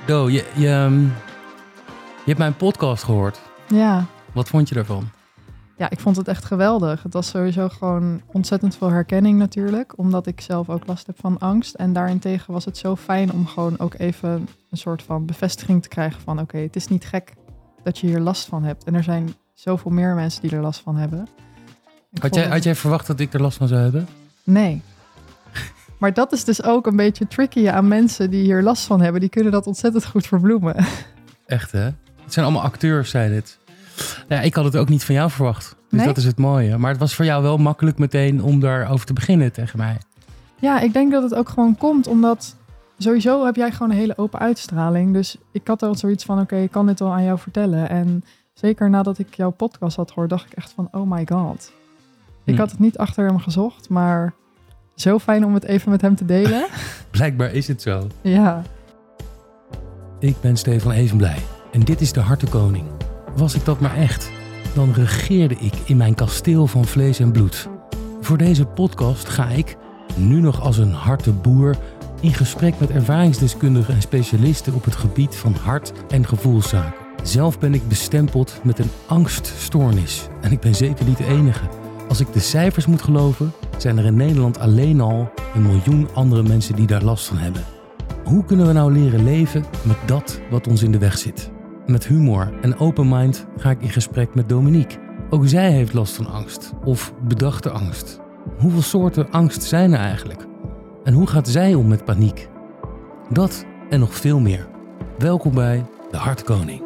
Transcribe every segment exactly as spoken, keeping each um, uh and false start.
Do, je, je, je hebt mijn podcast gehoord. Ja. Wat vond je daarvan? Ja, ik vond het echt geweldig. Het was sowieso gewoon ontzettend veel herkenning natuurlijk. Omdat ik zelf ook last heb van angst. En daarentegen was het zo fijn om gewoon ook even een soort van bevestiging te krijgen van... oké, okay, het is niet gek dat je hier last van hebt. En er zijn zoveel meer mensen die er last van hebben. Had jij, het... had jij verwacht dat ik er last van zou hebben? Nee. Maar dat is dus ook een beetje tricky aan mensen die hier last van hebben. Die kunnen dat ontzettend goed verbloemen. Echt, hè? Het zijn allemaal acteurs, zei dit. Nou ja, ik had het ook niet van jou verwacht. Dus nee? Dat is het mooie. Maar het was voor jou wel makkelijk meteen om daarover te beginnen tegen mij. Ja, ik denk dat het ook gewoon komt omdat... Sowieso heb jij gewoon een hele open uitstraling. Dus ik had al zoiets van, oké, okay, ik kan dit wel aan jou vertellen. En zeker nadat ik jouw podcast had gehoord, dacht ik echt van, oh my god. Ik hm. had het niet achter hem gezocht, maar zo fijn om het even met hem te delen. Blijkbaar is het zo. Ja. Ik ben Stefan Evenblij en dit is de Hartenkoning. Was ik dat maar echt, dan regeerde ik in mijn kasteel van vlees en bloed. Voor deze podcast ga ik, nu nog als een harteboer, in gesprek met ervaringsdeskundigen en specialisten op het gebied van hart- en gevoelszaken. Zelf ben ik bestempeld met een angststoornis en ik ben zeker niet de enige. Als ik de cijfers moet geloven, zijn er in Nederland alleen al een miljoen andere mensen die daar last van hebben. Hoe kunnen we nou leren leven met dat wat ons in de weg zit? Met humor en open mind ga ik in gesprek met Dominique. Ook zij heeft last van angst of bedachte angst. Hoeveel soorten angst zijn er eigenlijk? En hoe gaat zij om met paniek? Dat en nog veel meer. Welkom bij de Hartenkoning.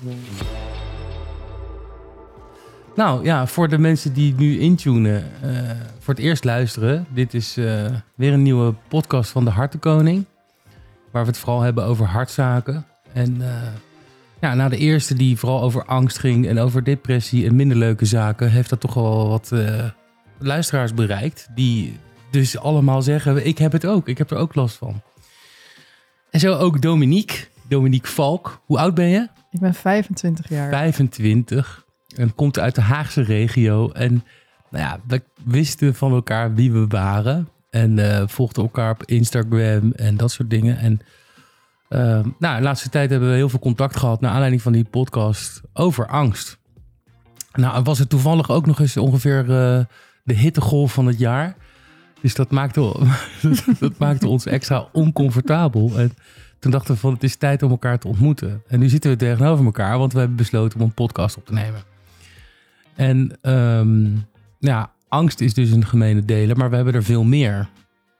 Nou ja, voor de mensen die nu intunen, uh, voor het eerst luisteren. Dit is uh, weer een nieuwe podcast van de Hartenkoning. Waar we het vooral hebben over hartzaken. En uh, ja, na de eerste die vooral over angst ging en over depressie en minder leuke zaken, heeft dat toch wel wat uh, luisteraars bereikt. Die dus allemaal zeggen, ik heb het ook, ik heb er ook last van. En zo ook Dominique, Dominique Valk. Hoe oud ben je? Ik ben vijfentwintig jaar. vijfentwintig. En komt uit de Haagse regio. En nou ja, we wisten van elkaar wie we waren. En uh, volgden elkaar op Instagram en dat soort dingen. En uh, nou, de laatste tijd hebben we heel veel contact gehad naar aanleiding van die podcast over angst. Nou, was het toevallig ook nog eens ongeveer uh, de hittegolf van het jaar. Dus dat maakte, dat maakte ons extra oncomfortabel. En toen dachten we van, het is tijd om elkaar te ontmoeten. En nu zitten we tegenover elkaar, want we hebben besloten om een podcast op te nemen. En um, ja, angst is dus een gemene deler, maar we hebben er veel meer.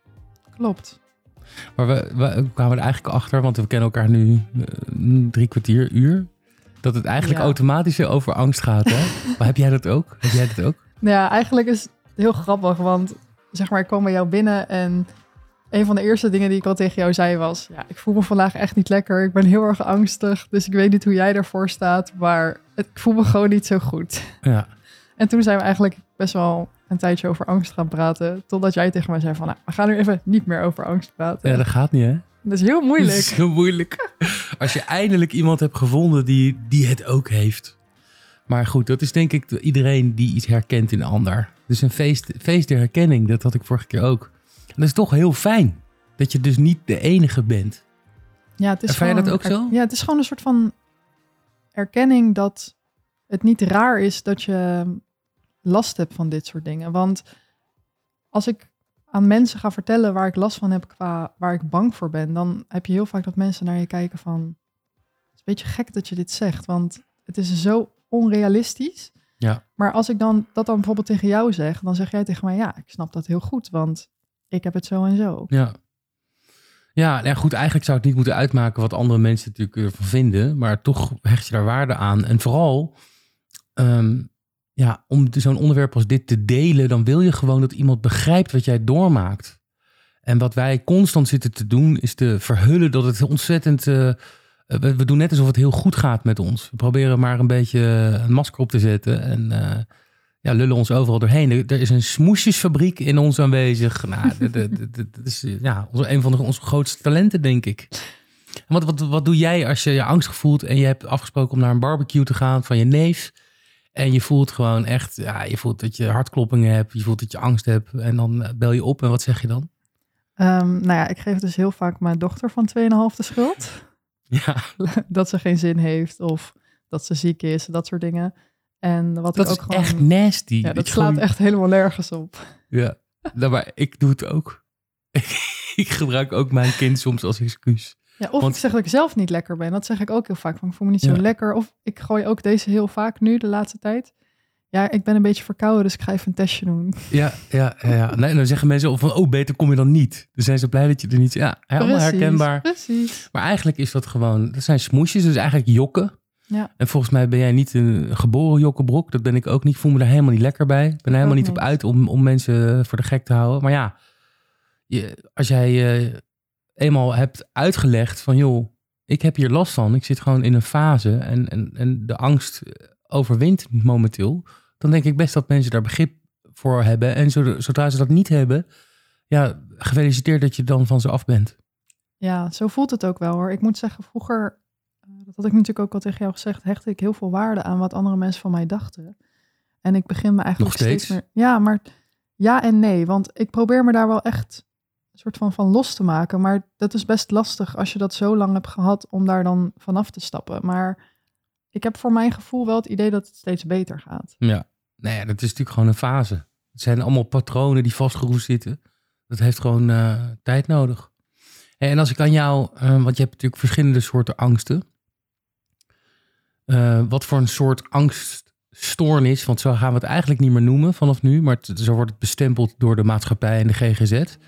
Klopt. Maar we, we kwamen er eigenlijk achter, want we kennen elkaar nu uh, drie kwartier, uur. Dat het eigenlijk ja. automatisch over angst gaat, hè? Maar heb jij dat ook? Heb jij dat ook? Nou ja, eigenlijk is het heel grappig, want zeg maar, ik kwam bij jou binnen en een van de eerste dingen die ik al tegen jou zei was, ja, ik voel me vandaag echt niet lekker. Ik ben heel erg angstig, dus ik weet niet hoe jij ervoor staat, maar het, ik voel me gewoon niet zo goed. Ja. En toen zijn we eigenlijk best wel een tijdje over angst gaan praten, totdat jij tegen mij zei van, nou, we gaan nu even niet meer over angst praten. Ja, dat gaat niet, hè? Dat is heel moeilijk. Dat is heel moeilijk. Als je eindelijk iemand hebt gevonden die, die het ook heeft. Maar goed, dat is denk ik iedereen die iets herkent in een ander. Dus een feest, feest der herkenning, dat had ik vorige keer ook. En dat is toch heel fijn, dat je dus niet de enige bent. Ja, het is Ervaar je dat ook zo? Ja, het is gewoon een soort van erkenning dat het niet raar is dat je last hebt van dit soort dingen. Want als ik aan mensen ga vertellen waar ik last van heb qua waar ik bang voor ben, dan heb je heel vaak dat mensen naar je kijken van, het is een beetje gek dat je dit zegt, want het is zo onrealistisch. Ja. Maar als ik dan dat dan bijvoorbeeld tegen jou zeg, dan zeg jij tegen mij, ja, ik snap dat heel goed, want ik heb het zo en zo. Ja. Ja, nou goed, eigenlijk zou het niet moeten uitmaken wat andere mensen natuurlijk ervan vinden, maar toch hecht je daar waarde aan. En vooral, um, ja, om zo'n onderwerp als dit te delen, dan wil je gewoon dat iemand begrijpt wat jij doormaakt. En wat wij constant zitten te doen, is te verhullen dat het ontzettend, Uh, we, we doen net alsof het heel goed gaat met ons. We proberen maar een beetje een masker op te zetten en uh, ja, lullen ons overal doorheen. Er, er is een smoesjesfabriek in ons aanwezig. Nou, dat is ja, een van de, onze grootste talenten, denk ik. En wat, wat, wat doe jij als je je angstig voelt en je hebt afgesproken om naar een barbecue te gaan van je neef? En je voelt gewoon echt, ja, je voelt dat je hartkloppingen hebt, je voelt dat je angst hebt. En dan bel je op en wat zeg je dan? Um, nou ja, ik geef dus heel vaak mijn dochter van twee komma vijf de schuld. Ja. Dat ze geen zin heeft of dat ze ziek is, dat soort dingen. En wat Dat ik ook is gewoon, echt nasty. Ja, dat ik slaat gewoon, echt helemaal nergens op. Ja, nou, maar ik doe het ook. Ik gebruik ook mijn kind soms als excuus. Ja, of Want, ik zeg dat ik zelf niet lekker ben. Dat zeg ik ook heel vaak. Van, ik voel me niet zo ja. lekker. Of ik gooi ook deze heel vaak nu, de laatste tijd. Ja, ik ben een beetje verkouden, dus ik ga even een testje doen. Ja, ja, ja. ja. Nee, dan zeggen mensen van, oh, beter kom je dan niet. Dan zijn ze blij dat je er niet... Ja, helemaal Precies, herkenbaar. Precies. Maar eigenlijk is dat gewoon... Dat zijn smoesjes, dus eigenlijk jokken. Ja. En volgens mij ben jij niet een geboren jokkenbrok. Dat ben ik ook niet. Ik voel me daar helemaal niet lekker bij. Ik ben er helemaal niet op uit om, om mensen voor de gek te houden. Maar ja, je, als jij uh, eenmaal hebt uitgelegd van... joh, ik heb hier last van. Ik zit gewoon in een fase en, en, en de angst overwint momenteel. Dan denk ik best dat mensen daar begrip voor hebben. En zodra ze dat niet hebben... ja, gefeliciteerd dat je dan van ze af bent. Ja, zo voelt het ook wel hoor. Ik moet zeggen, vroeger... Dat had ik natuurlijk ook al tegen jou gezegd, hechtte ik heel veel waarde aan wat andere mensen van mij dachten. En ik begin me eigenlijk Nog steeds? steeds meer... Ja, maar ja en nee. Want ik probeer me daar wel echt een soort van van los te maken. Maar dat is best lastig als je dat zo lang hebt gehad om daar dan vanaf te stappen. Maar ik heb voor mijn gevoel wel het idee dat het steeds beter gaat. Ja, nou ja, dat is natuurlijk gewoon een fase. Het zijn allemaal patronen die vastgeroest zitten. Dat heeft gewoon uh, tijd nodig. En als ik aan jou, uh, want je hebt natuurlijk verschillende soorten angsten. Uh, wat voor een soort angststoornis, want zo gaan we het eigenlijk niet meer noemen vanaf nu, maar het, zo wordt het bestempeld door de maatschappij en de G G Z.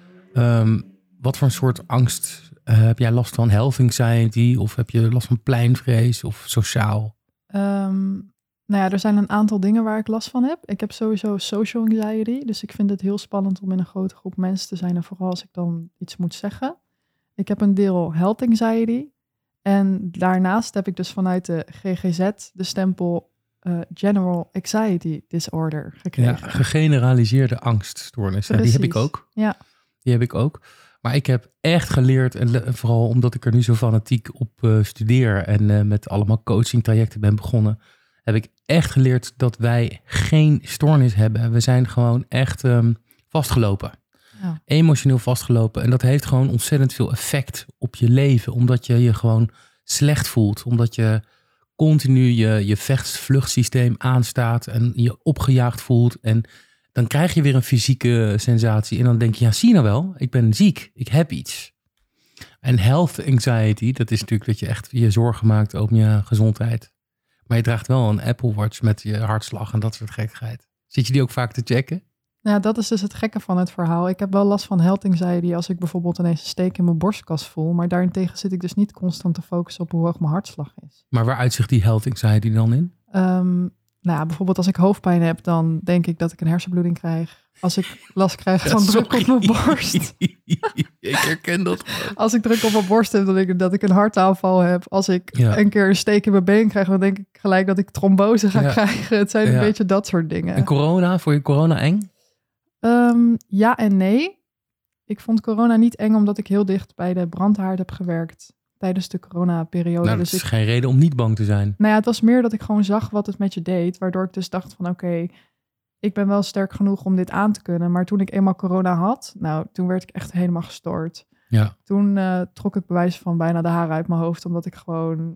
Um, wat voor een soort angst uh, heb jij last van? Health anxiety of heb je last van pleinvrees of sociaal? Um, nou ja, er zijn een aantal dingen waar ik last van heb. Ik heb sowieso social anxiety, dus ik vind het heel spannend om in een grote groep mensen te zijn en vooral als ik dan iets moet zeggen. Ik heb een deel health anxiety. En daarnaast heb ik dus vanuit de G G Z de stempel uh, General Anxiety Disorder gekregen. Ja, gegeneraliseerde angststoornis. Ja, die heb ik ook. Ja. Die heb ik ook. Maar ik heb echt geleerd, en vooral omdat ik er nu zo fanatiek op uh, studeer en uh, met allemaal coaching trajecten ben begonnen, heb ik echt geleerd dat wij geen stoornis hebben. We zijn gewoon echt um, vastgelopen. Ja. Emotioneel vastgelopen. En dat heeft gewoon ontzettend veel effect op je leven. Omdat je je gewoon slecht voelt. Omdat je continu je, je vecht-vluchtsysteem aanstaat. En je opgejaagd voelt. En dan krijg je weer een fysieke sensatie. En dan denk je, ja, zie je nou wel. Ik ben ziek. Ik heb iets. En health anxiety, dat is natuurlijk dat je echt je zorgen maakt over je gezondheid. Maar je draagt wel een Apple Watch met je hartslag en dat soort gekkigheid. Zit je die ook vaak te checken? Ja, dat is dus het gekke van het verhaal. Ik heb wel last van health anxiety als ik bijvoorbeeld ineens een steek in mijn borstkas voel. Maar daarentegen zit ik dus niet constant te focussen op hoe hoog mijn hartslag is. Maar waar uitzicht die health anxiety dan in? Um, nou ja, bijvoorbeeld als ik hoofdpijn heb, dan denk ik dat ik een hersenbloeding krijg. Als ik last krijg van ja, druk op mijn borst. Ik herken dat. Als ik druk op mijn borst heb, dan denk ik dat ik een hartaanval heb. Als ik ja. een keer een steek in mijn been krijg, dan denk ik gelijk dat ik trombose ga ja. krijgen. Het zijn ja. een beetje dat soort dingen. En corona, vond je corona eng? Um, ja en nee. Ik vond corona niet eng, omdat ik heel dicht bij de brandhaard heb gewerkt tijdens de coronaperiode. Nou, dat dus is ik... geen reden om niet bang te zijn. Nou ja, het was meer dat ik gewoon zag wat het met je deed, waardoor ik dus dacht van oké, okay, ik ben wel sterk genoeg om dit aan te kunnen. Maar toen ik eenmaal corona had, nou, toen werd ik echt helemaal gestoord. Ja. Toen uh, trok ik bewijs van bijna de haren uit mijn hoofd, omdat ik gewoon,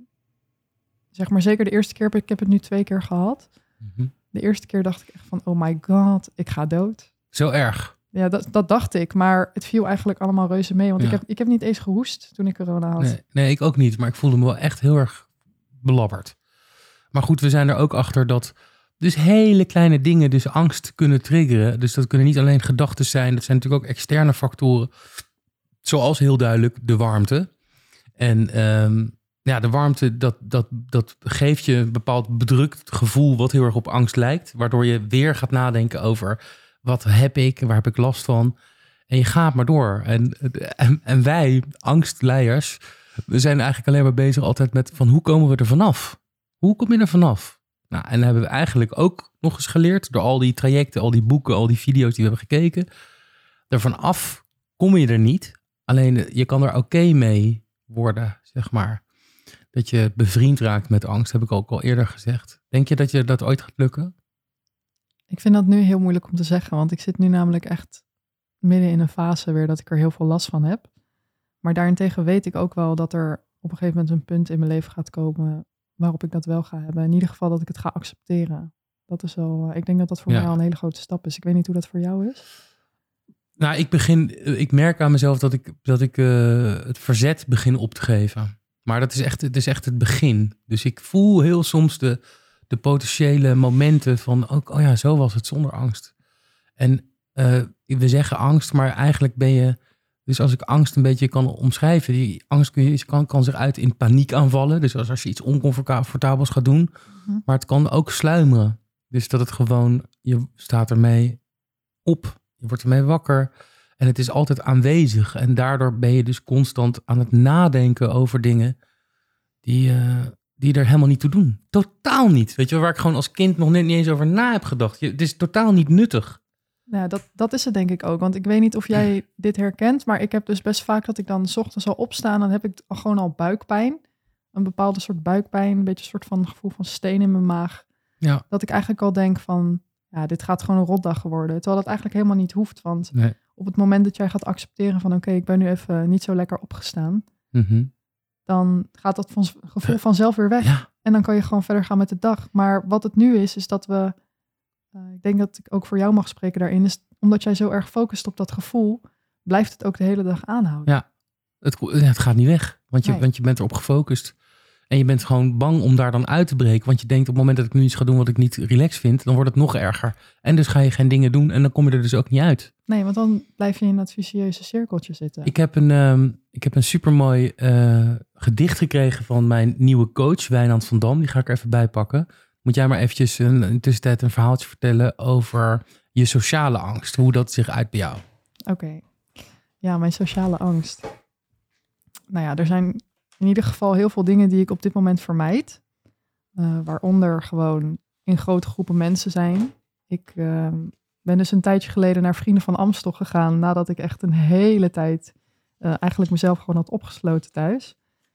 zeg maar zeker de eerste keer, ik heb het nu twee keer gehad. Mm-hmm. De eerste keer dacht ik echt van oh my god, ik ga dood. Zo erg? Ja, dat, dat dacht ik, maar het viel eigenlijk allemaal reuze mee. Want ja. ik, heb, ik heb niet eens gehoest toen ik corona had. Nee, nee, ik ook niet, maar ik voelde me wel echt heel erg belabberd. Maar goed, we zijn er ook achter dat dus hele kleine dingen dus angst kunnen triggeren. Dus dat kunnen niet alleen gedachten zijn, dat zijn natuurlijk ook externe factoren. Zoals heel duidelijk de warmte. En um, ja, de warmte, dat, dat, dat geeft je een bepaald bedrukt gevoel wat heel erg op angst lijkt. Waardoor je weer gaat nadenken over wat heb ik, waar heb ik last van. En je gaat maar door. En, en, en wij, angstleiers, we zijn eigenlijk alleen maar bezig altijd met van hoe komen we er vanaf? Hoe kom je er vanaf? Nou, en dan hebben we eigenlijk ook nog eens geleerd door al die trajecten, al die boeken, al die video's die we hebben gekeken. Er vanaf kom je er niet. Alleen je kan er oké okay mee worden, zeg maar. Dat je bevriend raakt met angst, heb ik ook al eerder gezegd. Denk je dat je dat ooit gaat lukken? Ik vind dat nu heel moeilijk om te zeggen, want ik zit nu namelijk echt midden in een fase weer dat ik er heel veel last van heb. Maar daarentegen weet ik ook wel dat er op een gegeven moment een punt in mijn leven gaat komen waarop ik dat wel ga hebben. In ieder geval dat ik het ga accepteren. Dat is wel, uh, ik denk dat dat voor Ja. mij al een hele grote stap is. Ik weet niet hoe dat voor jou is. Nou, ik begin, ik merk aan mezelf dat ik, dat ik uh, het verzet begin op te geven. Maar dat is echt, het is echt het begin. Dus ik voel heel soms de, de potentiële momenten van, oh, oh ja, zo was het zonder angst. En uh, we zeggen angst, maar eigenlijk ben je, dus als ik angst een beetje kan omschrijven, die angst kun je, kan, kan zich uit in paniekaanvallen. Dus als, als je iets oncomfortabels gaat doen, Mm-hmm. maar het kan ook sluimeren. Dus dat het gewoon, je staat ermee op. Je wordt ermee wakker en het is altijd aanwezig. En daardoor ben je dus constant aan het nadenken over dingen die, uh, die er helemaal niet toe doen. Totaal niet. Weet je wel, waar ik gewoon als kind nog net niet eens over na heb gedacht. Je, het is totaal niet nuttig. Ja, dat, dat is het denk ik ook. Want ik weet niet of jij dit herkent, maar ik heb dus best vaak dat ik dan 's ochtends al opstaan, dan heb ik al gewoon al buikpijn. Een bepaalde soort buikpijn, een beetje een soort van gevoel van steen in mijn maag. Ja. Dat ik eigenlijk al denk van, ja, dit gaat gewoon een rotdag worden. Terwijl dat eigenlijk helemaal niet hoeft. Want Nee. op het moment dat jij gaat accepteren van, oké, okay, ik ben nu even niet zo lekker opgestaan. Mm-hmm. Dan gaat dat van, gevoel vanzelf weer weg. Ja. En dan kan je gewoon verder gaan met de dag. Maar wat het nu is, is dat we, uh, ik denk dat ik ook voor jou mag spreken daarin, is omdat jij zo erg focust op dat gevoel, blijft het ook de hele dag aanhouden. Ja, het, het gaat niet weg. Want je, Nee. want je bent erop gefocust. En je bent gewoon bang om daar dan uit te breken. Want je denkt op het moment dat ik nu iets ga doen wat ik niet relaxed vind, dan wordt het nog erger. En dus ga je geen dingen doen en dan kom je er dus ook niet uit. Nee, want dan blijf je in dat vicieuze cirkeltje zitten. Ik heb een, um, ik heb een supermooi uh, gedicht gekregen van mijn nieuwe coach, Wijnand van Dam. Die ga ik er even bij pakken. Moet jij maar eventjes een, in tussentijd een verhaaltje vertellen over je sociale angst. Hoe dat zich uit bij jou. Oké. Okay. Ja, mijn sociale angst. Nou ja, er zijn in ieder geval heel veel dingen die ik op dit moment vermijd. Uh, waaronder gewoon in grote groepen mensen zijn. Ik uh, ben dus een tijdje geleden naar Vrienden van Amstel gegaan, nadat ik echt een hele tijd uh, eigenlijk mezelf gewoon had opgesloten thuis.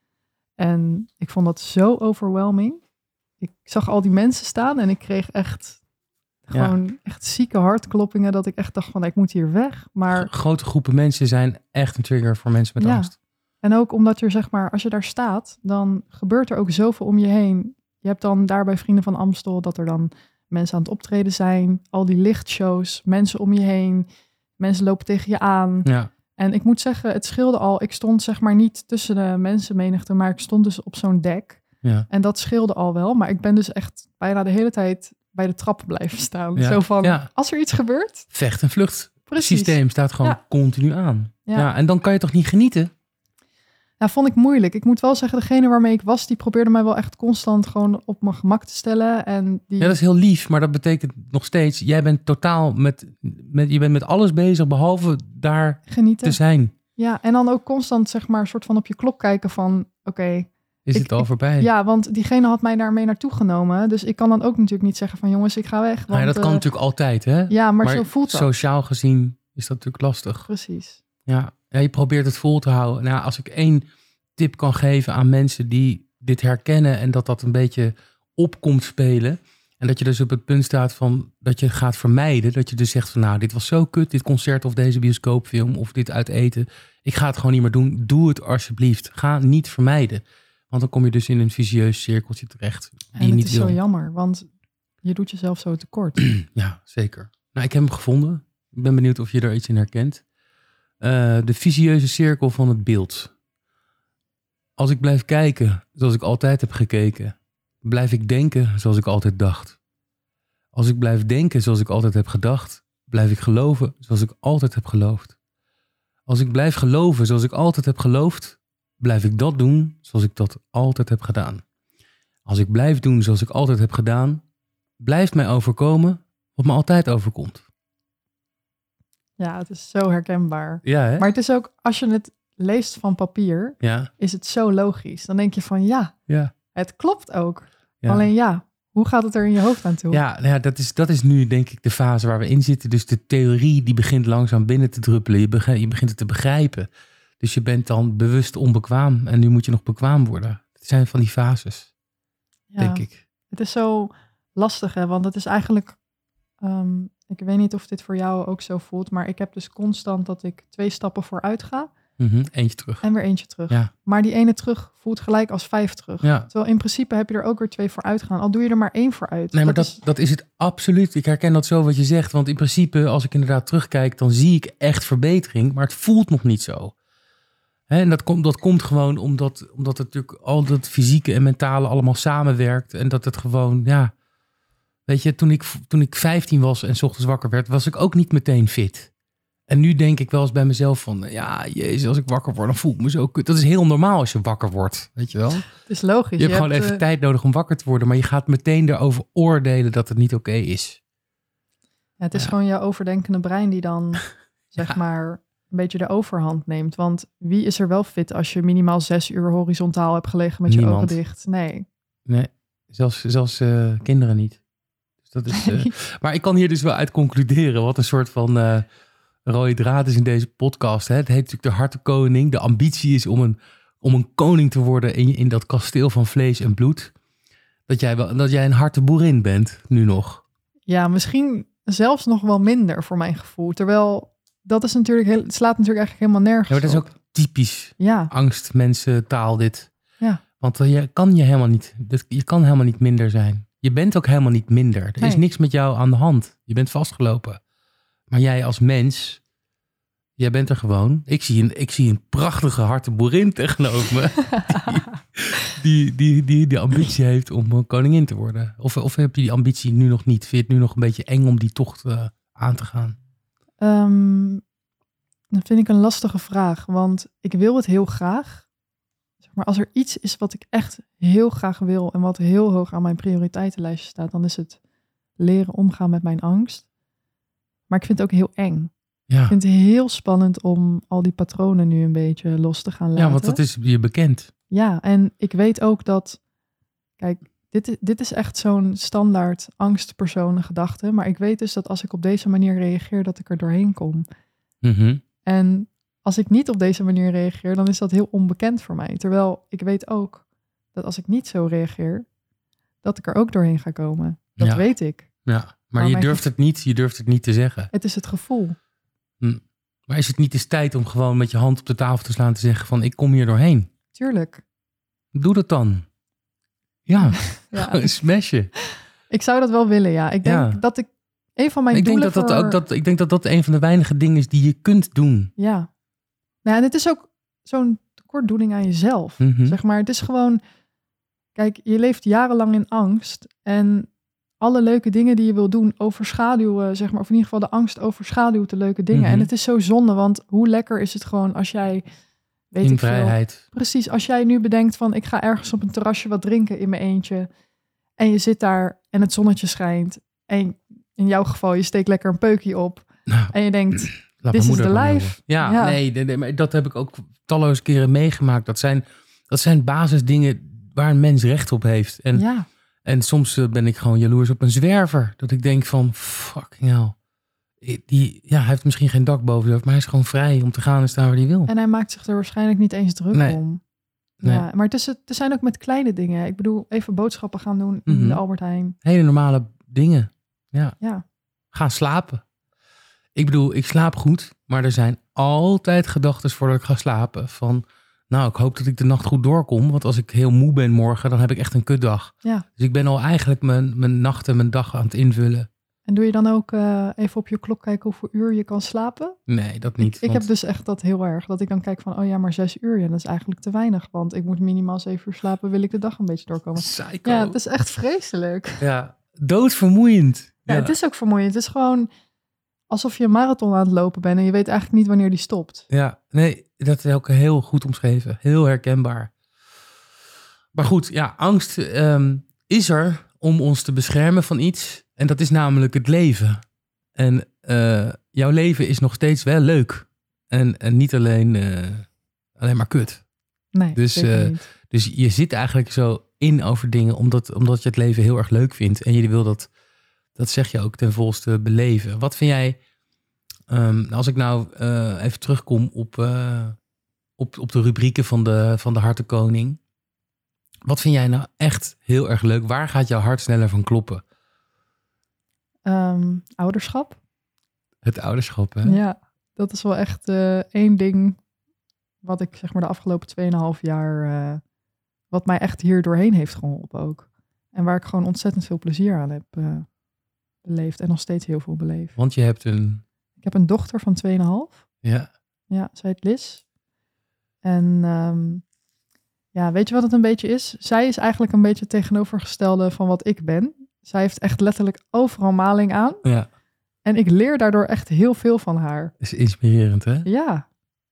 En ik vond dat zo overwhelming. Ik zag al die mensen staan en ik kreeg echt gewoon ja. echt zieke hartkloppingen, dat ik echt dacht van, ik moet hier weg. Maar grote groepen mensen zijn echt een trigger voor mensen met ja. angst. En ook omdat je, zeg maar, als je daar staat, dan gebeurt er ook zoveel om je heen. Je hebt dan daar bij Vrienden van Amstel dat er dan mensen aan het optreden zijn. Al die lichtshows, mensen om je heen. Mensen lopen tegen je aan. Ja. En ik moet zeggen, het scheelde al. Ik stond zeg maar niet tussen de mensenmenigte, maar ik stond dus op zo'n dek. Ja. En dat scheelde al wel. Maar ik ben dus echt bijna de hele tijd bij de trappen blijven staan. Ja. Zo van, ja. als er iets gebeurt. Vecht- en vlucht. Precies. Het systeem staat gewoon ja. continu aan. Ja. ja. En dan kan je toch niet genieten? Nou, vond ik moeilijk. Ik moet wel zeggen, degene waarmee ik was, die probeerde mij wel echt constant gewoon op mijn gemak te stellen. En die... Ja, dat is heel lief, maar dat betekent nog steeds, jij bent totaal met, met, je bent met alles bezig, behalve daar genieten te zijn. Ja, en dan ook constant, zeg maar, soort van op je klok kijken van, oké. Okay, is ik, het al ik, voorbij? Ja, want diegene had mij daarmee naartoe genomen. Dus ik kan dan ook natuurlijk niet zeggen van, jongens, ik ga weg. Want, nou ja, dat kan uh, natuurlijk altijd, hè? Ja, maar, maar zo voelt dat. Sociaal gezien is dat natuurlijk lastig. Precies. Ja, ja, je probeert het vol te houden. Nou, als ik één tip kan geven aan mensen die dit herkennen en dat dat een beetje opkomt spelen en dat je dus op het punt staat van dat je gaat vermijden, dat je dus zegt van nou, dit was zo kut, dit concert of deze bioscoopfilm of dit uit eten, ik ga het gewoon niet meer doen. Doe het alsjeblieft. Ga niet vermijden, want dan kom je dus in een vicieus cirkeltje terecht die en je niet wil. Het is zo jammer, want je doet jezelf zo tekort. Ja, zeker. Nou, ik heb hem gevonden. Ik ben benieuwd of je er iets in herkent. Uh, de vicieuze cirkel van het beeld. Als ik blijf kijken zoals ik altijd heb gekeken, blijf ik denken zoals ik altijd dacht. Als ik blijf denken zoals ik altijd heb gedacht, blijf ik geloven zoals ik altijd heb geloofd. Als ik blijf geloven zoals ik altijd heb geloofd, blijf ik dat doen zoals ik dat altijd heb gedaan. Als ik blijf doen zoals ik altijd heb gedaan, blijft mij overkomen wat me altijd overkomt. Ja, het is zo herkenbaar. Ja, hè? Maar het is ook, als je het leest van papier, ja. is het zo logisch. Dan denk je van ja, ja. het klopt ook. Ja. Alleen ja, hoe gaat het er in je hoofd aan toe? Ja, nou ja dat, is, dat is nu denk ik de fase waar we in zitten. Dus de theorie die begint langzaam binnen te druppelen. Je begint, je begint het te begrijpen. Dus je bent dan bewust onbekwaam. En nu moet je nog bekwaam worden. Het zijn van die fases, ja, denk ik. Het is zo lastig, hè? Want het is eigenlijk... Um, ik weet niet of dit voor jou ook zo voelt, maar ik heb dus constant dat ik twee stappen vooruit ga Mm-hmm. Eentje terug. En weer eentje terug. Ja. Maar die ene terug voelt gelijk als vijf terug. Ja. Terwijl in principe heb je er ook weer twee voor uitgaan. Al doe je er maar één voor uit. Nee, maar dat, dat, is... dat is het absoluut. Ik herken dat zo wat je zegt. Want in principe, als ik inderdaad terugkijk, dan zie ik echt verbetering. Maar het voelt nog niet zo. Hè, en dat komt, dat komt gewoon omdat, omdat het natuurlijk al dat fysieke en mentale allemaal samenwerkt. En dat het gewoon, ja... Weet je, toen ik, toen ik vijftien was en 's ochtends wakker werd, was ik ook niet meteen fit. En nu denk ik wel eens bij mezelf van, ja, jezus, als ik wakker word, dan voel ik me zo kut. Dat is heel normaal als je wakker wordt, weet je wel. Het is logisch. Je hebt je gewoon hebt, even uh... tijd nodig om wakker te worden, maar je gaat meteen erover oordelen dat het niet oké is. Ja, het is ja. gewoon je overdenkende brein die dan, zeg ja. maar, een beetje de overhand neemt. Want wie is er wel fit als je minimaal zes uur horizontaal hebt gelegen met Niemand. je ogen dicht? Nee. Nee, zelfs, zelfs uh, kinderen niet. Dus dat is, uh... maar ik kan hier dus wel uit concluderen wat een soort van uh, rode draad is in deze podcast. Hè? Het heet natuurlijk de hartenkoning. De ambitie is om een, om een koning te worden in, in dat kasteel van vlees en bloed. Dat jij, wel, dat jij een harteboerin bent, nu nog. Ja, misschien zelfs nog wel minder voor mijn gevoel. Terwijl, dat is natuurlijk heel, het slaat natuurlijk eigenlijk helemaal nergens ja, maar dat is op. ook typisch ja. angst, mensen, taal, dit. Ja. Want uh, je kan je helemaal niet, je kan helemaal niet minder zijn. Je bent ook helemaal niet minder. Er nee. is niks met jou aan de hand. Je bent vastgelopen. Maar jij als mens, jij bent er gewoon. Ik zie een, ik zie een prachtige harteboerin tegenover me. die, die, die, die de ambitie heeft om koningin te worden. Of, of heb je die ambitie nu nog niet? Vind je het nu nog een beetje eng om die tocht uh, aan te gaan? Um, dat vind ik een lastige vraag. Want ik wil het heel graag. Maar als er iets is wat ik echt heel graag wil en wat heel hoog aan mijn prioriteitenlijstje staat, dan is het leren omgaan met mijn angst. Maar ik vind het ook heel eng. Ja. Ik vind het heel spannend om al die patronen nu een beetje los te gaan laten. Ja, want dat is je bekend. Ja, en ik weet ook dat, kijk, dit, dit is echt zo'n standaard angstpersonen gedachte. Maar ik weet dus dat als ik op deze manier reageer, dat ik er doorheen kom. Mm-hmm. En als ik niet op deze manier reageer, dan is dat heel onbekend voor mij. Terwijl ik weet ook dat als ik niet zo reageer, dat ik er ook doorheen ga komen. Dat ja. weet ik. Ja, maar, maar je durft het niet, je durft het niet te zeggen. Het is het gevoel. Hm. Maar is het niet eens tijd om gewoon met je hand op de tafel te slaan en te zeggen van ik kom hier doorheen? Tuurlijk. Doe dat dan. Ja, ja. Smashen. Ik zou dat wel willen, ja. Ik denk ja. dat ik een van mijn ik doelen denk dat voor... dat ook dat Ik denk dat dat een van de weinige dingen is die je kunt doen. Ja. Nou, en het is ook zo'n tekortdoening aan jezelf. Mm-hmm. Zeg maar, het is gewoon... Kijk, je leeft jarenlang in angst. En alle leuke dingen die je wil doen overschaduwen, zeg maar. Of in ieder geval de angst overschaduwt de leuke dingen. Mm-hmm. En het is zo zonde, want hoe lekker is het gewoon als jij... Weet in ik vrijheid. Veel, precies, als jij nu bedenkt van... ik ga ergens op een terrasje wat drinken in mijn eentje. En je zit daar en het zonnetje schijnt. En in jouw geval, je steekt lekker een peukje op. Nou. En je denkt... Laat This is the life. Ja, ja. Nee, nee, nee, maar dat heb ik ook talloze keren meegemaakt. Dat zijn, dat zijn basisdingen waar een mens recht op heeft. En, ja. en soms uh, ben ik gewoon jaloers op een zwerver. Dat ik denk van, fucking hell. Die, ja, hij heeft misschien geen dak boven zijn hoofd, maar hij is gewoon vrij om te gaan en staan waar hij wil. En hij maakt zich er waarschijnlijk niet eens druk nee. om. Nee. Ja, maar het, is, het zijn ook met kleine dingen. Ik bedoel, even boodschappen gaan doen in mm-hmm. de Albert Heijn. Hele normale dingen. Ja. ja. Gaan slapen. Ik bedoel, ik slaap goed, maar er zijn altijd gedachten voordat ik ga slapen. Van, nou, ik hoop dat ik de nacht goed doorkom. Want als ik heel moe ben morgen, dan heb ik echt een kutdag. Ja. Dus ik ben al eigenlijk mijn, mijn nacht en mijn dag aan het invullen. En doe je dan ook uh, even op je klok kijken hoeveel uur je kan slapen? Nee, dat niet. Ik, ik want... heb dus echt dat heel erg. Dat ik dan kijk van, oh ja, maar zes uur. Ja, dat is eigenlijk te weinig. Want ik moet minimaal zeven uur slapen, wil ik de dag een beetje doorkomen. Psycho. Ja, het is echt vreselijk. Ja, doodvermoeiend. Ja, ja, het is ook vermoeiend. Het is gewoon alsof je een marathon aan het lopen bent en je weet eigenlijk niet wanneer die stopt. Ja, nee, dat is ook heel goed omschreven. Heel herkenbaar. Maar goed, ja, angst um, is er om ons te beschermen van iets. En dat is namelijk het leven. En uh, jouw leven is nog steeds wel leuk. En, en niet alleen, uh, alleen maar kut. Nee, dus, zeker uh, niet. Dus je zit eigenlijk zo in over dingen omdat, omdat je het leven heel erg leuk vindt. En je wil dat, dat zeg je ook ten volste beleven. Wat vind jij, um, als ik nou uh, even terugkom op, uh, op, op de rubrieken van de, van de Hartenkoning. Wat vind jij nou echt heel erg leuk? Waar gaat jouw hart sneller van kloppen? Um, ouderschap. Het ouderschap, hè? Ja, dat is wel echt uh, één ding wat ik zeg maar de afgelopen tweeënhalf jaar, uh, wat mij echt hier doorheen heeft geholpen ook. En waar ik gewoon ontzettend veel plezier aan heb uh, beleefd en nog steeds heel veel beleefd. Want je hebt een... Ik heb een dochter van tweeënhalf. Ja. Ja, zij heet Liz. En um, ja, weet je wat het een beetje is? Zij is eigenlijk een beetje het tegenovergestelde van wat ik ben. Zij heeft echt letterlijk overal maling aan. Ja. En ik leer daardoor echt heel veel van haar. Dat is inspirerend, hè? Ja.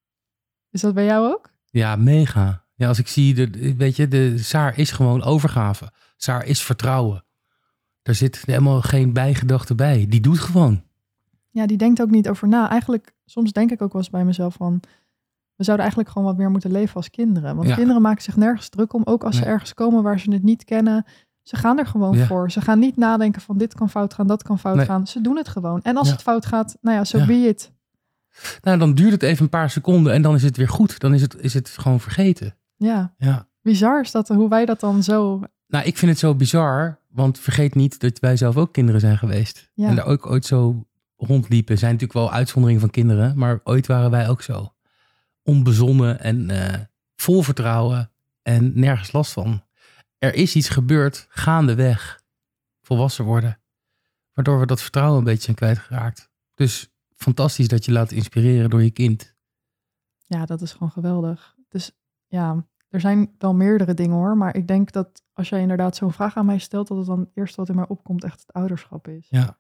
Is dat bij jou ook? Ja, mega. Ja, als ik zie, de, weet je, de Saar is gewoon overgave. Saar is vertrouwen. Daar zit helemaal geen bijgedachte bij. Die doet gewoon. Ja, die denkt ook niet over na. Eigenlijk, soms denk ik ook wel eens bij mezelf van... we zouden eigenlijk gewoon wat meer moeten leven als kinderen. Want ja. kinderen maken zich nergens druk om. Ook als nee. ze ergens komen waar ze het niet kennen. Ze gaan er gewoon ja. voor. Ze gaan niet nadenken van dit kan fout gaan, dat kan fout nee. gaan. Ze doen het gewoon. En als ja. het fout gaat, nou ja, so ja. be it. Nou, dan duurt het even een paar seconden en dan is het weer goed. Dan is het, is het gewoon vergeten. Ja. ja. Bizar is dat, hoe wij dat dan zo... Nou, ik vind het zo bizar, want vergeet niet dat wij zelf ook kinderen zijn geweest. Ja. En daar ook ooit zo rondliepen. Er zijn natuurlijk wel uitzonderingen van kinderen, maar ooit waren wij ook zo. Onbezonnen en uh, vol vertrouwen en nergens last van. Er is iets gebeurd gaandeweg, volwassen worden, waardoor we dat vertrouwen een beetje zijn kwijtgeraakt. Dus fantastisch dat je laat inspireren door je kind. Ja, dat is gewoon geweldig. Dus ja, er zijn wel meerdere dingen hoor, maar ik denk dat als jij inderdaad zo'n vraag aan mij stelt, dat het dan het eerste wat in mij opkomt echt het ouderschap is. Ja.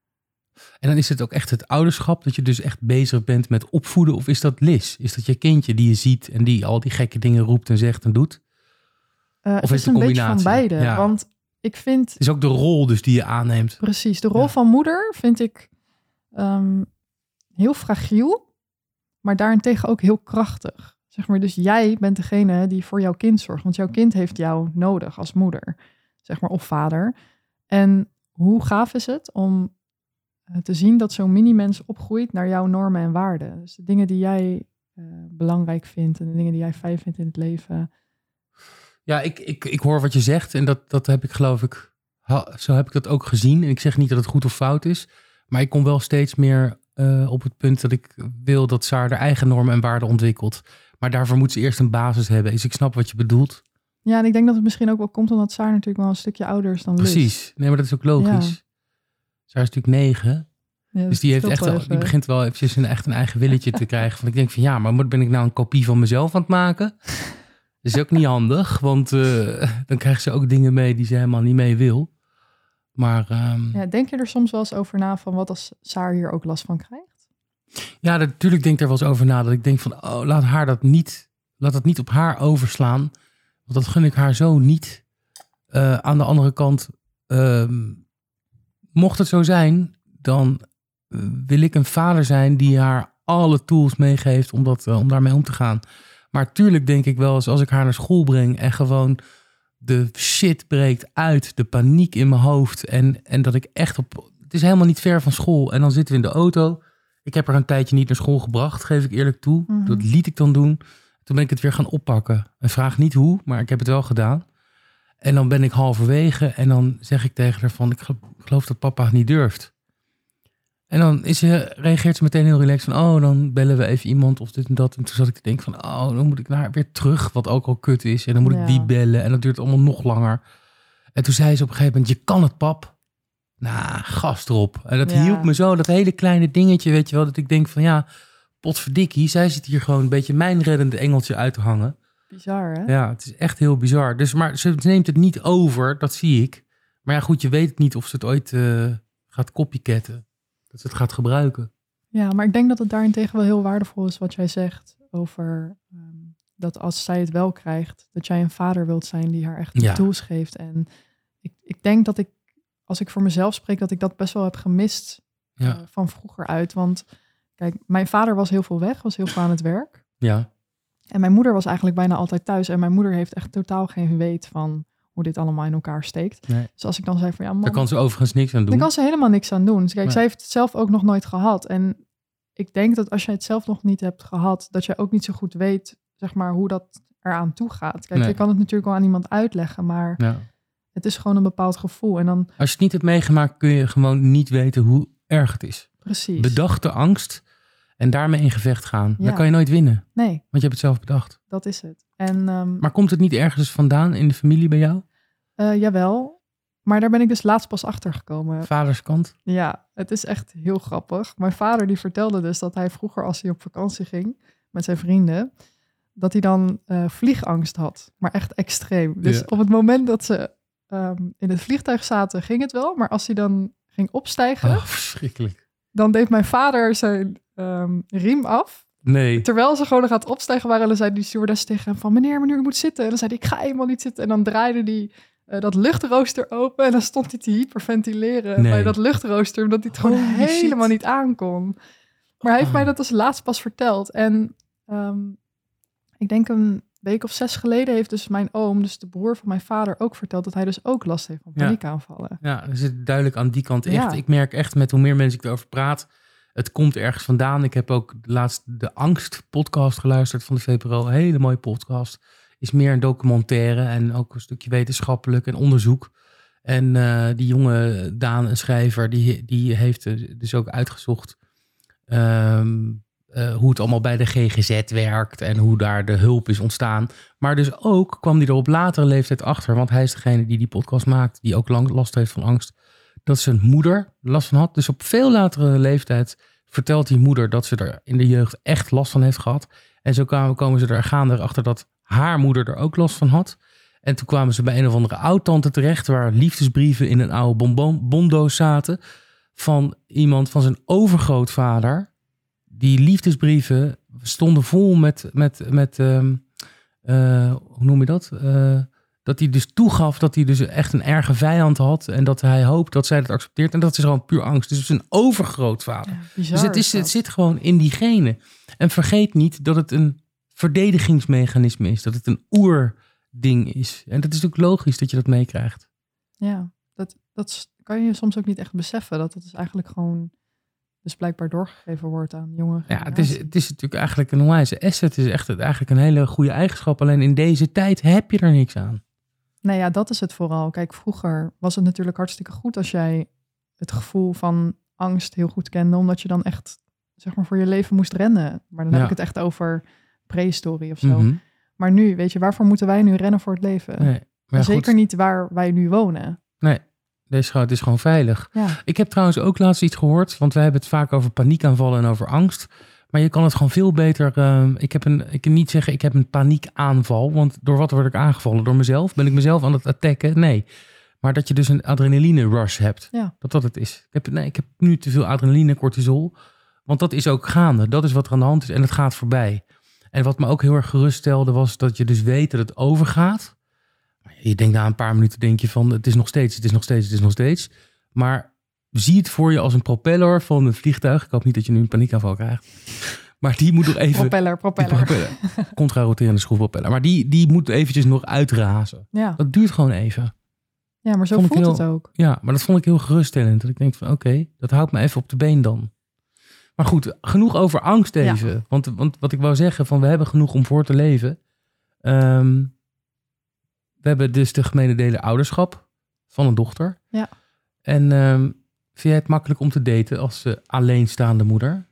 En dan is het ook echt het ouderschap, dat je dus echt bezig bent met opvoeden, of is dat Liz? Is dat je kindje die je ziet en die al die gekke dingen roept en zegt en doet? Uh, of is het een beetje van beide? Ja. Want ik vind... Het is ook de rol dus die je aanneemt. Precies, de rol ja. van moeder vind ik um, heel fragiel, maar daarentegen ook heel krachtig. Zeg maar, dus jij bent degene die voor jouw kind zorgt, want jouw kind heeft jou nodig als moeder, zeg maar, of vader. En hoe gaaf is het om te zien dat zo'n mini-mens opgroeit naar jouw normen en waarden. Dus de dingen die jij uh, belangrijk vindt en de dingen die jij fijn vindt in het leven. Ja, ik, ik, ik hoor wat je zegt en dat, dat heb ik geloof ik, ha, zo heb ik dat ook gezien. En ik zeg niet dat het goed of fout is, maar ik kom wel steeds meer uh, op het punt dat ik wil dat Saar haar eigen normen en waarden ontwikkelt. Maar daarvoor moet ze eerst een basis hebben. Dus ik snap wat je bedoelt. Ja, en ik denk dat het misschien ook wel komt omdat Saar natuurlijk wel een stukje ouder is dan Liz. Precies, nee, maar dat is ook logisch. Ja. Saar is natuurlijk negen. Ja, dus die, heeft echt al, die begint wel eventjes een, echt een eigen willetje te krijgen. Van ik denk van ja, maar ben ik nou een kopie van mezelf aan het maken? Dat is ook niet handig, want uh, dan krijgt ze ook dingen mee die ze helemaal niet mee wil. Maar um, ja, denk je er soms wel eens over na van wat als Saar hier ook last van krijgt? Ja, natuurlijk denk ik er wel eens over na. Dat ik denk van oh, laat haar dat niet, laat dat niet op haar overslaan. Want dat gun ik haar zo niet. Uh, aan de andere kant, uh, mocht het zo zijn, dan wil ik een vader zijn die haar alle tools meegeeft om, dat, uh, om daarmee om te gaan. Maar tuurlijk denk ik wel eens als ik haar naar school breng en gewoon de shit breekt uit, de paniek in mijn hoofd en, en dat ik echt op... Het is helemaal niet ver van school en dan zitten we in de auto. Ik heb haar een tijdje niet naar school gebracht, geef ik eerlijk toe. Mm-hmm. Dat liet ik dan doen. Toen ben ik het weer gaan oppakken. En vraag niet hoe, maar ik heb het wel gedaan. En dan ben ik halverwege en dan zeg ik tegen haar van, ik geloof dat papa het niet durft. En dan is ze, reageert ze meteen heel relaxed van, oh, dan bellen we even iemand of dit en dat. En toen zat ik te denken van, oh, dan moet ik naar weer terug, wat ook al kut is. En dan moet ja. ik die bellen en dat duurt allemaal nog langer. En toen zei ze op een gegeven moment, je kan het, pap. Nou, gast erop. En dat ja. hielp me zo, dat hele kleine dingetje, weet je wel, dat ik denk van, ja, potverdikkie, zij zit hier gewoon een beetje mijn reddende engeltje uit te hangen. Bizar, hè? Ja, het is echt heel bizar. Dus, maar ze neemt het niet over, dat zie ik. Maar ja, goed, je weet het niet of ze het ooit uh, gaat copycatten. Dat ze het gaat gebruiken. Ja, maar ik denk dat het daarentegen wel heel waardevol is wat jij zegt over um, dat als zij het wel krijgt, dat jij een vader wilt zijn die haar echt de ja. tools geeft. En ik, ik denk dat ik, als ik voor mezelf spreek, dat ik dat best wel heb gemist ja. uh, van vroeger uit. Want kijk, mijn vader was heel veel weg, was heel veel aan het werk. Ja. En mijn moeder was eigenlijk bijna altijd thuis. En mijn moeder heeft echt totaal geen weet van hoe dit allemaal in elkaar steekt. Nee. Dus als ik dan zei van ja, man, daar kan ze overigens niks aan doen. Dan kan ze helemaal niks aan doen. Dus kijk, nee. zij heeft het zelf ook nog nooit gehad. En ik denk dat als jij het zelf nog niet hebt gehad, dat je ook niet zo goed weet, zeg maar, hoe dat eraan toe gaat. Kijk, nee. je kan het natuurlijk wel aan iemand uitleggen, maar ja. het is gewoon een bepaald gevoel. En dan, als je het niet hebt meegemaakt, kun je gewoon niet weten hoe erg het is. Precies. Bedachte angst. En daarmee in gevecht gaan. Ja. Dan kan je nooit winnen. Nee. Want je hebt het zelf bedacht. Dat is het. En, um, maar komt het niet ergens vandaan in de familie bij jou? Uh, jawel. Maar daar ben ik dus laatst pas achter gekomen. Vaderskant? Ja, het is echt heel grappig. Mijn vader die vertelde dus dat hij vroeger als hij op vakantie ging met zijn vrienden, dat hij dan uh, vliegangst had. Maar echt extreem. Dus ja. op het moment dat ze um, in het vliegtuig zaten, ging het wel. Maar als hij dan ging opstijgen, oh, verschrikkelijk. Dan deed mijn vader zijn um, riem af. Nee. Terwijl ze gewoon nog aan het opstijgen waren, dan zei die stewardess tegen hem van, meneer, meneer, u moet zitten. En dan zei hij, ik ga helemaal niet zitten. En dan draaide hij uh, dat luchtrooster open en dan stond hij te hyperventileren nee. bij dat luchtrooster, omdat hij het gewoon oh, helemaal shit. niet aankon. Maar hij heeft oh. mij dat als laatst pas verteld. En um, ik denk een week of zes geleden heeft dus mijn oom, dus de broer van mijn vader, ook verteld dat hij dus ook last heeft van paniekaanvallen. Ja, ja, er zit duidelijk aan die kant echt. Ja. Ik merk echt met hoe meer mensen ik erover praat, het komt ergens vandaan. Ik heb ook laatst de Angst podcast geluisterd van de V P R O. Een hele mooie podcast. Is meer een documentaire en ook een stukje wetenschappelijk en onderzoek. En uh, die jonge Daan, een schrijver, die, die heeft dus ook uitgezocht Um, Uh, hoe het allemaal bij de G G Z werkt en hoe daar de hulp is ontstaan. Maar dus ook kwam hij er op latere leeftijd achter, want hij is degene die die podcast maakt, die ook lang last heeft van angst, dat zijn moeder last van had. Dus op veel latere leeftijd vertelt die moeder dat ze er in de jeugd echt last van heeft gehad. En zo kwamen, komen ze er gaande achter dat haar moeder er ook last van had. En toen kwamen ze bij een of andere oud-tante terecht, waar liefdesbrieven in een oude bonbon, bondoos zaten van iemand van zijn overgrootvader. Die liefdesbrieven stonden vol met, met, met um, uh, hoe noem je dat? Uh, dat hij dus toegaf dat hij dus echt een erge vijand had. En dat hij hoopt dat zij dat accepteert. En dat is gewoon puur angst. Dus het is een overgrootvader. Ja, bizar, dus het, is, het zit gewoon in die genen. En vergeet niet dat het een verdedigingsmechanisme is. Dat het een oerding is. En dat is natuurlijk logisch dat je dat meekrijgt. Ja, dat, dat kan je soms ook niet echt beseffen. Dat het is eigenlijk gewoon dus blijkbaar doorgegeven wordt aan jonge generatie. Ja, het is, het is natuurlijk eigenlijk een onwijze asset. Het is echt eigenlijk een hele goede eigenschap. Alleen in deze tijd heb je er niks aan. Nou ja, dat is het vooral. Kijk, vroeger was het natuurlijk hartstikke goed als jij het gevoel van angst heel goed kende, omdat je dan echt, zeg maar, voor je leven moest rennen. Maar dan ja. heb ik het echt over prehistorie of zo. Mm-hmm. Maar nu, weet je, waarvoor moeten wij nu rennen voor het leven? Nee, maar ja, zeker goed. Niet waar wij nu wonen. Nee. Deze, het is gewoon veilig. Ja. Ik heb trouwens ook laatst iets gehoord, want wij hebben het vaak over paniekaanvallen en over angst. Maar je kan het gewoon veel beter. Uh, ik, heb een, ik kan niet zeggen, ik heb een paniekaanval. Want door wat word ik aangevallen? Door mezelf? Ben ik mezelf aan het attacken? Nee. Maar dat je dus een adrenaline rush hebt. Ja. Dat dat het is. Ik heb, nee, ik heb nu te veel adrenaline, cortisol. Want dat is ook gaande. Dat is wat er aan de hand is. En het gaat voorbij. En wat me ook heel erg geruststelde was dat je dus weet dat het overgaat. Je denkt na een paar minuten denk je van het is nog steeds, het is nog steeds, het is nog steeds. Maar zie het voor je als een propeller van een vliegtuig. Ik hoop niet dat je nu een paniekaanval krijgt. Maar die moet nog even... Propeller, propeller. propeller. Contra-roterende schroefpropeller. Maar die, die moet eventjes nog uitrazen. Ja. Dat duurt gewoon even. Ja, maar zo vond voelt heel, het ook. Ja, maar dat vond ik heel geruststellend. Dat ik denk van oké, okay, dat houdt me even op de been dan. Maar goed, genoeg over angst even. Ja. Want, want wat ik wou zeggen, van we hebben genoeg om voor te leven. Um, we hebben dus de gemene delen ouderschap van een dochter. Ja. En um, vind jij het makkelijk om te daten als uh, alleenstaande moeder?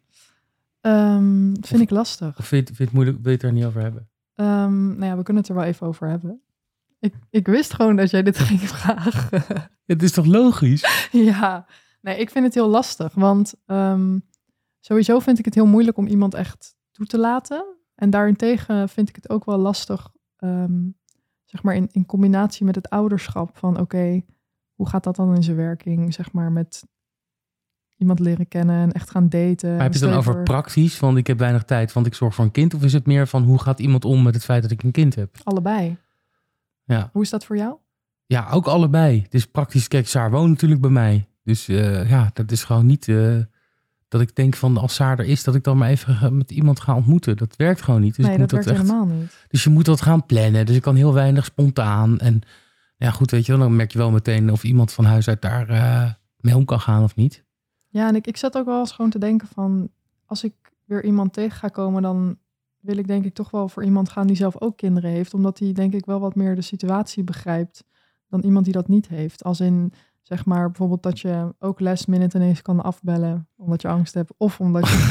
Um, vind of, ik lastig. Of vind je, vind je het moeilijk, wil je het er niet over hebben? Um, nou ja, we kunnen het er wel even over hebben. Ik, ik wist gewoon dat jij dit ging vragen. Het is toch logisch? Ja, nee, ik vind het heel lastig. Want um, sowieso vind ik het heel moeilijk om iemand echt toe te laten. En daarentegen vind ik het ook wel lastig, um, zeg maar in, in combinatie met het ouderschap. Van oké, okay, hoe gaat dat dan in zijn werking? Zeg maar met iemand leren kennen en echt gaan daten. Maar heb je het dan over praktisch? Van ik heb weinig tijd, want ik zorg voor een kind. Of is het meer van hoe gaat iemand om met het feit dat ik een kind heb? Allebei. Ja. Hoe is dat voor jou? Ja, ook allebei. Het is praktisch. Kijk, Saar woont natuurlijk bij mij. Dus uh, ja, dat is gewoon niet uh, dat ik denk van als Saar er is, dat ik dan maar even met iemand ga ontmoeten. Dat werkt gewoon niet. Dus nee, ik moet dat werkt echt, helemaal niet. Dus je moet dat gaan plannen. Dus ik kan heel weinig spontaan. En ja, goed, weet je wel, dan merk je wel meteen of iemand van huis uit daar uh, mee om kan gaan of niet. Ja, en ik, ik zat ook wel eens gewoon te denken van, als ik weer iemand tegen ga komen, dan wil ik denk ik toch wel voor iemand gaan die zelf ook kinderen heeft. Omdat die denk ik wel wat meer de situatie begrijpt dan iemand die dat niet heeft. Als in, zeg maar, bijvoorbeeld dat je ook last minute ineens kan afbellen omdat je angst hebt. Of omdat je...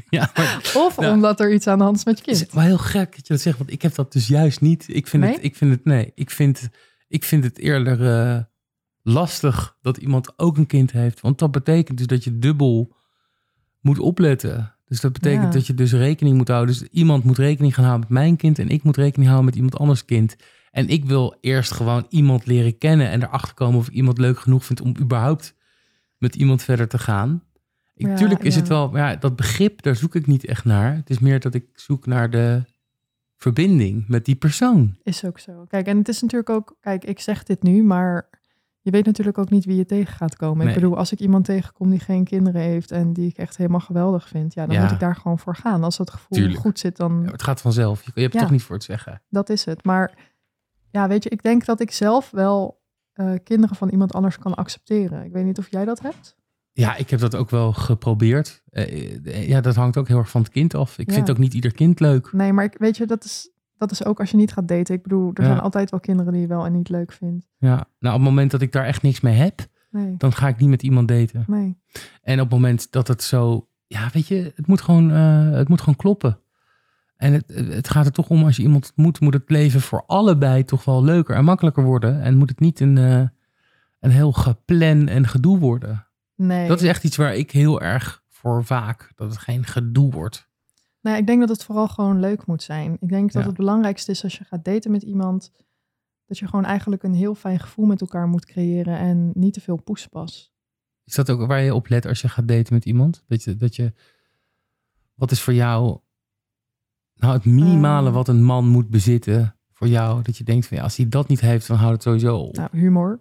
Ja, maar, Of nou, omdat er iets aan de hand is met je kind. Het is wel heel gek dat je dat zegt, want ik heb dat dus juist niet. Ik vind Nee? het, ik vind het, nee, ik vind, ik vind het eerder uh, lastig dat iemand ook een kind heeft. Want dat betekent dus dat je dubbel moet opletten. Dus dat betekent Ja. dat je dus rekening moet houden. Dus iemand moet rekening gaan houden met mijn kind en ik moet rekening houden met iemand anders kind. En ik wil eerst gewoon iemand leren kennen en erachter komen of ik iemand leuk genoeg vind om überhaupt met iemand verder te gaan. Ik, Ja, tuurlijk is ja. het wel, ja, dat begrip, daar zoek ik niet echt naar. Het is meer dat ik zoek naar de verbinding met die persoon. Is ook zo. Kijk, en het is natuurlijk ook... Kijk, ik zeg dit nu, maar je weet natuurlijk ook niet wie je tegen gaat komen. Nee. Ik bedoel, als ik iemand tegenkom die geen kinderen heeft en die ik echt helemaal geweldig vind, ja, dan Ja. moet ik daar gewoon voor gaan. Als dat gevoel Tuurlijk. goed zit, dan... Ja, maar het gaat vanzelf. Je, je hebt Ja. het toch niet voor het zeggen. Dat is het. Maar ja, weet je, ik denk dat ik zelf wel uh, kinderen van iemand anders kan accepteren. Ik weet niet of jij dat hebt. Ja, ik heb dat ook wel geprobeerd. Uh, ja, dat hangt ook heel erg van het kind af. Ik Ja. vind ook niet ieder kind leuk. Nee, maar ik, weet je, dat is, dat is ook als je niet gaat daten. Ik bedoel, er Ja. zijn altijd wel kinderen die je wel en niet leuk vindt. Ja, nou op het moment dat ik daar echt niks mee heb, Nee, dan ga ik niet met iemand daten. nee. En op het moment dat het zo, ja, weet je, het moet gewoon, uh, het moet gewoon kloppen. En het, het gaat er toch om, als je iemand ontmoet, moet het leven voor allebei toch wel leuker en makkelijker worden. En moet het niet een, uh, een heel geplan en gedoe worden. Nee. Dat is echt iets waar ik heel erg voor vaak, dat het geen gedoe wordt. Nee, ik denk dat het vooral gewoon leuk moet zijn. Ik denk dat Ja. het belangrijkste is als je gaat daten met iemand, dat je gewoon eigenlijk een heel fijn gevoel met elkaar moet creëren en niet te veel poespas. Is dat ook waar je op let als je gaat daten met iemand? Dat je, dat je wat is voor jou nou het minimale Uh. wat een man moet bezitten voor jou? Dat je denkt van ja, als hij dat niet heeft, dan houdt het sowieso op. Nou, humor.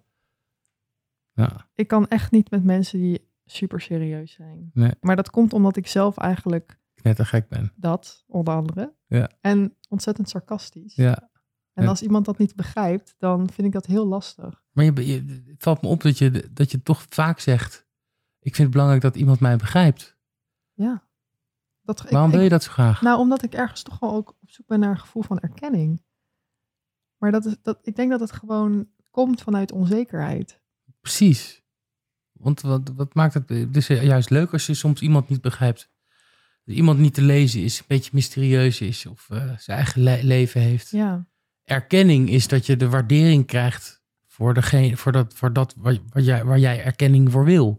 Ja. Ik kan echt niet met mensen die super serieus zijn. Nee. Maar dat komt omdat ik zelf eigenlijk Net te gek ben. dat, onder andere. Ja. En ontzettend sarcastisch. Ja. En Ja. als iemand dat niet begrijpt, dan vind ik dat heel lastig. Maar je, je, het valt me op dat je, dat je toch vaak zegt, ik vind het belangrijk dat iemand mij begrijpt. Ja. Dat, ik- Waarom ik, wil je dat zo graag? Nou, omdat ik ergens toch wel ook op zoek ben naar een gevoel van erkenning. Maar dat is, dat, ik denk dat het gewoon komt vanuit onzekerheid. Precies. Want wat, wat maakt het het is juist leuk als je soms iemand niet begrijpt. Dat iemand niet te lezen is, een beetje mysterieus is of uh, zijn eigen le- leven heeft. Ja, Erkenning is dat je de waardering krijgt voor, degene, voor dat, voor dat waar, waar, jij, waar jij erkenning voor wil.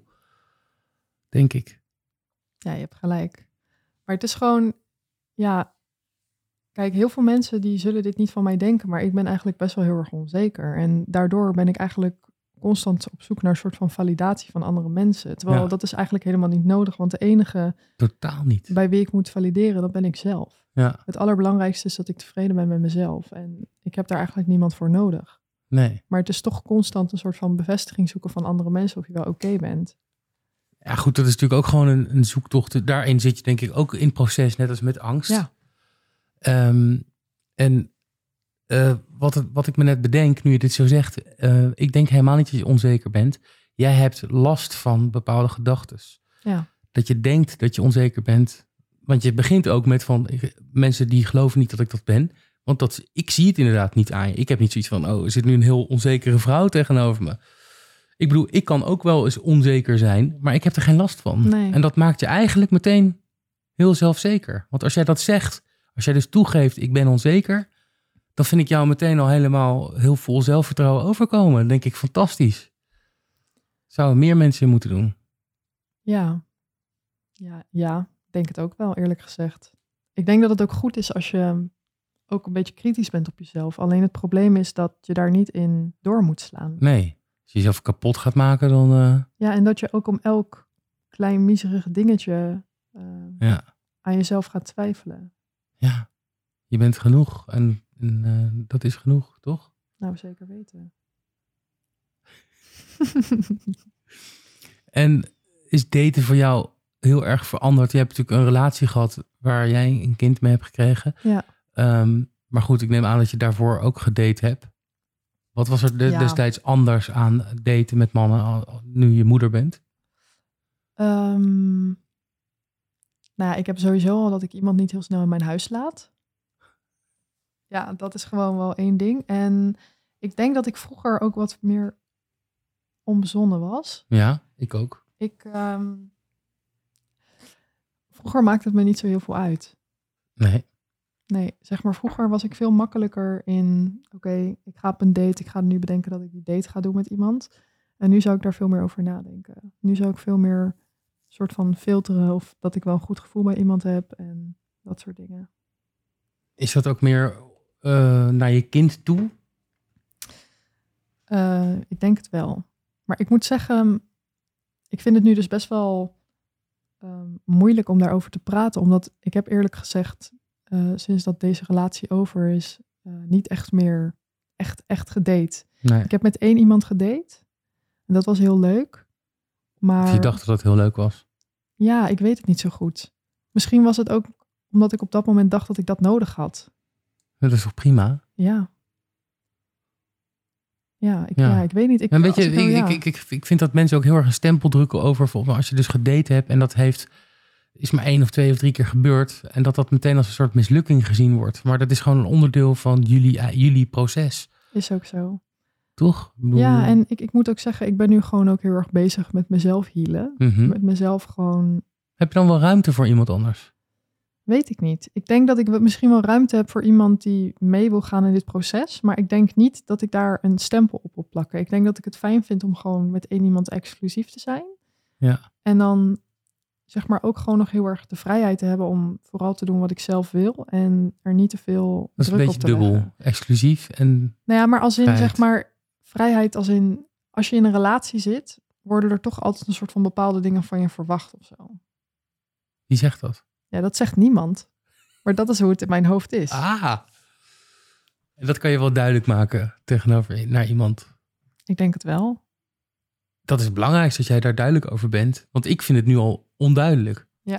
Denk ik. ja, je hebt gelijk. Maar het is gewoon, ja, kijk, heel veel mensen die zullen dit niet van mij denken, maar ik ben eigenlijk best wel heel erg onzeker. En daardoor ben ik eigenlijk constant op zoek naar een soort van validatie van andere mensen. Terwijl Ja. dat is eigenlijk helemaal niet nodig, want de enige Totaal niet. bij wie ik moet valideren, dat ben ik zelf. Ja, Het allerbelangrijkste is dat ik tevreden ben met mezelf. En ik heb daar eigenlijk niemand voor nodig. nee. Maar het is toch constant een soort van bevestiging zoeken van andere mensen of je wel oké bent. Ja, goed, dat is natuurlijk ook gewoon een, een zoektocht. Daarin zit je denk ik ook in het proces, net als met angst. Ja. Um, en uh, wat, het, wat ik me net bedenk, nu je dit zo zegt, uh, ik denk helemaal niet dat je onzeker bent. Jij hebt last van bepaalde gedachten. Ja. Dat je denkt dat je onzeker bent. Want je begint ook met van, ik, mensen die geloven niet dat ik dat ben. Want dat, ik zie het inderdaad niet aan je. Ik heb niet zoiets van, oh, er zit nu een heel onzekere vrouw tegenover me. Ik bedoel, ik kan ook wel eens onzeker zijn, maar ik heb er geen last van. Nee. En dat maakt je eigenlijk meteen heel zelfzeker. Want als jij dat zegt, als jij dus toegeeft, ik ben onzeker, dan vind ik jou meteen al helemaal heel vol zelfvertrouwen overkomen. Dan denk ik, fantastisch. Zouden meer mensen moeten doen. Ja. Ja, ja, ik denk het ook wel, eerlijk gezegd. Ik denk dat het ook goed is als je ook een beetje kritisch bent op jezelf. Alleen het probleem is dat je daar niet in door moet slaan. Nee, als je jezelf kapot gaat maken, dan... Uh... Ja, en dat je ook om elk klein miserig dingetje uh, ja. aan jezelf gaat twijfelen. Ja, je bent genoeg en, en uh, dat is genoeg, toch? Nou, zeker weten. En is daten voor jou heel erg veranderd? Je hebt natuurlijk een relatie gehad waar jij een kind mee hebt gekregen. Ja. Um, maar goed, ik neem aan dat je daarvoor ook gedate hebt. Wat was er de, Ja. destijds anders aan daten met mannen nu je moeder bent? Um, nou ja, ik heb sowieso al dat ik iemand niet heel snel in mijn huis laat. Ja, dat is gewoon wel één ding. En ik denk dat ik vroeger ook wat meer onbezonnen was. Ja, ik ook. Ik, um, Vroeger maakte het me niet zo heel veel uit. Nee. Nee, zeg maar vroeger was ik veel makkelijker in... Oké, okay, ik ga op een date. Ik ga nu bedenken dat ik die date ga doen met iemand. En nu zou ik daar veel meer over nadenken. Nu zou ik veel meer soort van filteren... of dat ik wel een goed gevoel bij iemand heb en dat soort dingen. Is dat ook meer uh, naar je kind toe? Uh, ik denk het wel. Maar ik moet zeggen... Ik vind het nu dus best wel um, moeilijk om daarover te praten. Omdat ik heb eerlijk gezegd... Uh, sinds dat deze relatie over is... Uh, niet echt meer echt, echt gedate. Nee. Ik heb met één iemand gedate. En dat was heel leuk. Maar... Of je dacht dat het heel leuk was? Ja, ik weet het niet zo goed. Misschien was het ook omdat ik op dat moment dacht dat ik dat nodig had. Dat is toch prima? Ja. Ja, ik, ja. ja ik weet niet. Ik, en weet je, ik, nou, ik, ja. ik, ik, ik vind dat mensen ook heel erg een stempel drukken over... als je dus gedate hebt en dat heeft... is maar één of twee of drie keer gebeurd... en dat dat meteen als een soort mislukking gezien wordt. Maar dat is gewoon een onderdeel van jullie, jullie proces. Is ook zo. Toch? Bedoel... Ja, en ik, ik moet ook zeggen... ik ben nu gewoon ook heel erg bezig met mezelf healen. Mm-hmm. Met mezelf gewoon... Heb je dan wel ruimte voor iemand anders? Weet ik niet. Ik denk dat ik misschien wel ruimte heb voor iemand die mee wil gaan in dit proces. Maar ik denk niet dat ik daar een stempel op wil plakken. Ik denk dat ik het fijn vind om gewoon met één iemand exclusief te zijn. Ja. En dan zeg maar ook gewoon nog heel erg de vrijheid te hebben om vooral te doen wat ik zelf wil. En er niet te veel dat druk op te leggen. Dat is een beetje dubbel. Exclusief en Nou ja, maar als in vrijheid. zeg maar vrijheid als in... Als je in een relatie zit, worden er toch altijd een soort van bepaalde dingen van je verwacht of zo. Wie zegt dat? Ja, dat zegt niemand. Maar dat is hoe het in mijn hoofd is. Ah, en dat kan je wel duidelijk maken tegenover naar iemand. Ik denk het wel. Dat is het belangrijkste, dat jij daar duidelijk over bent. Want ik vind het nu al onduidelijk. Ja.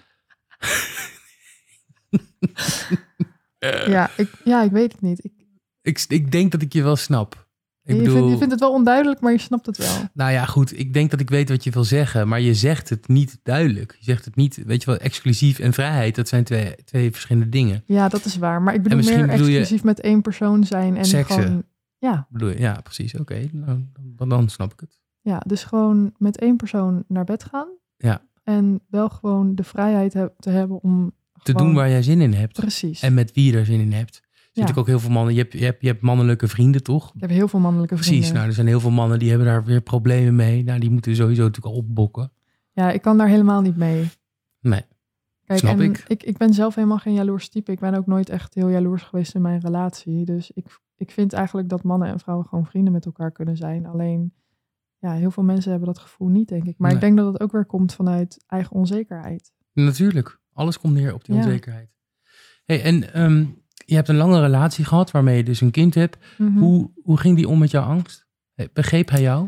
ja, ik, ja, ik weet het niet. Ik, ik, ik denk dat ik je wel snap. Ik je, bedoel, vindt, je vindt het wel onduidelijk, maar je snapt het wel. Nou ja, goed. Ik denk dat ik weet wat je wil zeggen. Maar je zegt het niet duidelijk. Je zegt het niet, weet je wel, exclusief en vrijheid. Dat zijn twee, twee verschillende dingen. Ja, dat is waar. Maar ik bedoel meer bedoel exclusief met één persoon zijn. En seksen. Gewoon, ja. Bedoel je? Ja, precies. Oké, okay. nou, dan, dan snap ik het. Ja, dus gewoon met één persoon naar bed gaan. Ja. En wel gewoon de vrijheid he- te hebben om... Te gewoon... doen waar jij zin in hebt. Precies. En met wie je er zin in hebt. Er zitten ook heel veel mannen. Je hebt, je, hebt, je hebt mannelijke vrienden, toch? Ik heb heel veel mannelijke vrienden. Precies. Nou, er zijn heel veel mannen die hebben daar weer problemen mee. Nou, die moeten sowieso natuurlijk al opbokken. Ja, ik kan daar helemaal niet mee. Nee. Kijk, snap en ik. ik. Ik ben zelf helemaal geen jaloers type. Ik ben ook nooit echt heel jaloers geweest in mijn relatie. Dus ik, ik vind eigenlijk dat mannen en vrouwen gewoon vrienden met elkaar kunnen zijn. Alleen, ja, heel veel mensen hebben dat gevoel niet, denk ik. Maar Nee. ik denk dat het ook weer komt vanuit eigen onzekerheid. Natuurlijk. Alles komt neer op die Ja. onzekerheid. Hey, en um, je hebt een lange relatie gehad waarmee je dus een kind hebt. Mm-hmm. Hoe, hoe ging die om met jouw angst? Begreep hij jou?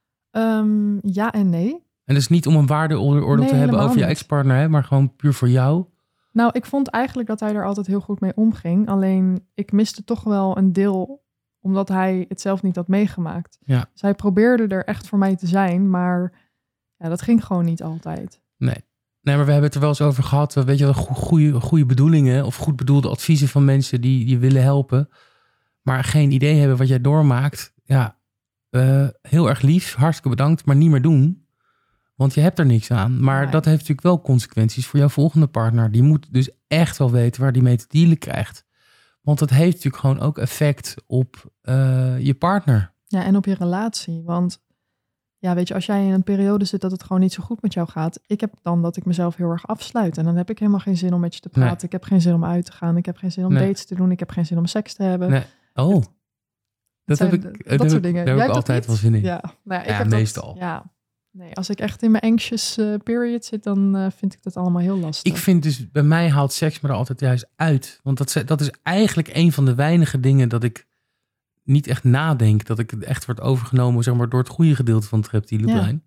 Um, ja en nee. En dat is niet om een waardeoordeel Nee, te hebben over je niet. ex-partner, hè, maar gewoon puur voor jou. Nou, ik vond eigenlijk dat hij er altijd heel goed mee omging. Alleen, ik miste toch wel een deel, omdat hij het zelf niet had meegemaakt. Ja. Dus hij probeerde er echt voor mij te zijn, maar ja, dat ging gewoon niet altijd. Nee. Nee, maar we hebben het er wel eens over gehad. Weet je wel, goede, goede bedoelingen of goed bedoelde adviezen van mensen die je willen helpen. Maar geen idee hebben wat jij doormaakt. Ja, uh, heel erg lief. Hartstikke bedankt, maar niet meer doen. Want je hebt er niks aan. Maar Nee. dat heeft natuurlijk wel consequenties voor jouw volgende partner. Die moet dus echt wel weten waar die mee te dealen krijgt. Want dat heeft natuurlijk gewoon ook effect op uh, je partner. Ja, en op je relatie. Want ja, weet je, als jij in een periode zit dat het gewoon niet zo goed met jou gaat. Ik heb dan dat ik mezelf heel erg afsluit. En dan heb ik helemaal geen zin om met je te praten. Nee. Ik heb geen zin om uit te gaan. Ik heb geen zin om Nee. dates te doen. Ik heb geen zin om seks te hebben. Nee. Oh, Het, dat zijn heb de- ik, dat dat soort heb, dingen. daar Jij heb ik hebt dat altijd wel niet? zin in. Ja, nou ja, ik Ja, heb meestal. Dat, ja, nee, als ik echt in mijn anxious uh, period zit, dan uh, vind ik dat allemaal heel lastig. Ik vind dus, bij mij haalt seks me er altijd juist uit. Want dat, dat is eigenlijk een van de weinige dingen dat ik niet echt nadenk. Dat ik het echt wordt overgenomen, zeg maar, door het goede gedeelte van het reptiele Ja. brein.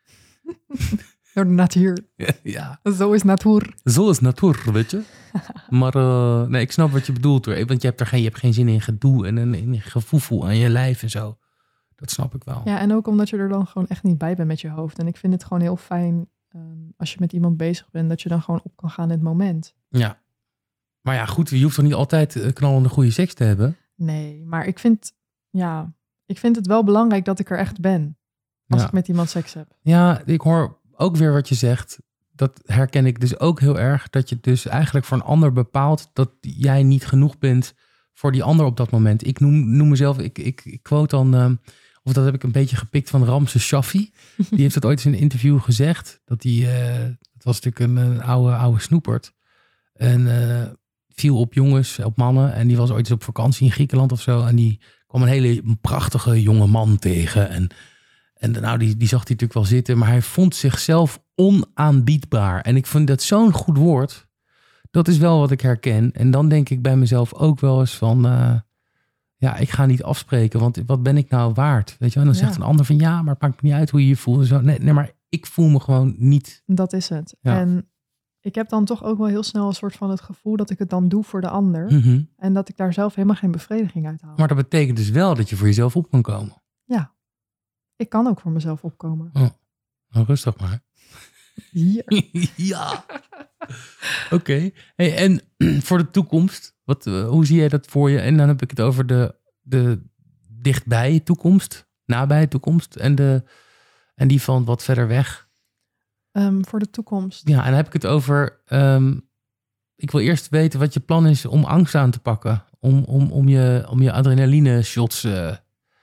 Door de natuur. Ja, Zo is natuur. zo is natuur, weet je. Maar uh, nee, ik snap wat je bedoelt hoor. Want je hebt er geen, je hebt geen zin in gedoe en een, in gevoel aan je lijf en zo. Dat snap ik wel. Ja, en ook omdat je er dan gewoon echt niet bij bent met je hoofd. En ik vind het gewoon heel fijn um, als je met iemand bezig bent, dat je dan gewoon op kan gaan in het moment. Ja. Maar ja, goed, je hoeft toch niet altijd knallende goede seks te hebben? Nee, maar ik vind, ja, ik vind het wel belangrijk dat ik er echt ben. Als Ja. ik met iemand seks heb. Ja, ik hoor ook weer wat je zegt. dat herken ik dus ook heel erg. Dat je dus eigenlijk voor een ander bepaalt dat jij niet genoeg bent voor die ander op dat moment. Ik noem, noem mezelf, ik, ik, ik quote dan, uh, of dat heb ik een beetje gepikt van Ramses Shaffi. Die heeft dat ooit eens in een interview gezegd. Dat die, uh, dat was natuurlijk een, een oude, oude snoepert. En uh, viel op jongens, op mannen. En die was ooit eens op vakantie in Griekenland of zo. En die kwam een hele prachtige jonge man tegen. En, en nou, die, die zag hij natuurlijk wel zitten. Maar hij vond zichzelf onaanbiedbaar. En ik vind dat zo'n goed woord. Dat is wel wat ik herken. En dan denk ik bij mezelf ook wel eens van... Uh, ja, ik ga niet afspreken. Want wat ben ik nou waard? Weet je wel? En dan ja. zegt een ander van... ja, maar het maakt me niet uit hoe je je voelt. Zo, nee, nee, maar ik voel me gewoon niet. Dat is het. Ja. En ik heb dan toch ook wel heel snel een soort van het gevoel... dat ik het dan doe voor de ander. Mm-hmm. En dat ik daar zelf helemaal geen bevrediging uit haal. Maar dat betekent dus wel dat je voor jezelf op kan komen. Ja. Ik kan ook voor mezelf opkomen. Oh, nou, rustig maar. Hier. Ja. Oké. Okay. Hey, en voor de toekomst, wat, uh, hoe zie jij dat voor je? En dan heb ik het over de, de dichtbij toekomst, nabij toekomst en, de, en die van wat verder weg. Um, voor de toekomst. Ja, en dan heb ik het over, um, ik wil eerst weten wat je plan is om angst aan te pakken. Om, om, om, je, om je adrenaline shots, uh,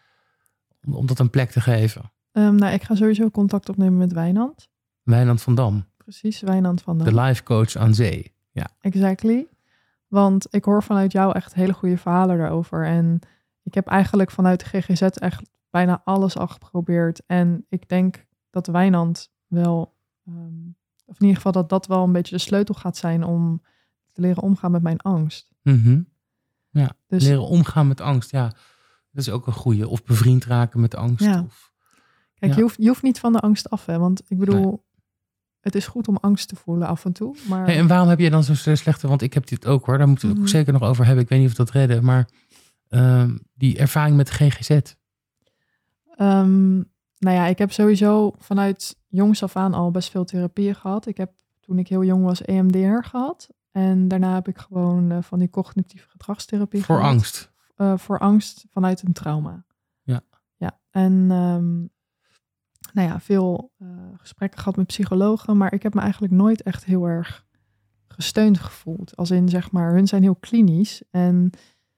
om, om dat een plek te geven. Um, nou, ik ga sowieso contact opnemen met Wijnand. Wijnand van Dam. Precies, Wijnand van Dam. De life coach aan zee. Ja. Exactly. Want ik hoor vanuit jou echt hele goede verhalen daarover. En ik heb eigenlijk vanuit de G G Z echt bijna alles al geprobeerd. En ik denk dat Wijnand wel, um, of in ieder geval dat dat wel een beetje de sleutel gaat zijn om te leren omgaan met mijn angst. Mm-hmm. Ja, dus, leren omgaan met angst, ja. Dat is ook een goeie. Of bevriend raken met angst. Ja. Of, Kijk, ja. je, hoeft, je hoeft niet van de angst af, hè. Want ik bedoel... Nee. Het is goed om angst te voelen af en toe. Maar... Hey, en waarom heb je dan zo'n slechte... Want ik heb dit ook hoor. Daar moeten we het mm-hmm. ook zeker nog over hebben. Ik weet niet of we dat redden. Maar uh, die ervaring met de G G Z. Um, nou ja, ik heb sowieso vanuit jongs af aan al best veel therapieën gehad. Ik heb toen ik heel jong was E M D R gehad. En daarna heb ik gewoon uh, van die cognitieve gedragstherapie voor gehad. Voor angst? Uh, voor angst vanuit een trauma. Ja. Ja, en... Um, nou ja, veel uh, gesprekken gehad met psychologen, maar ik heb me eigenlijk nooit echt heel erg gesteund gevoeld. Als in, zeg maar, hun zijn heel klinisch en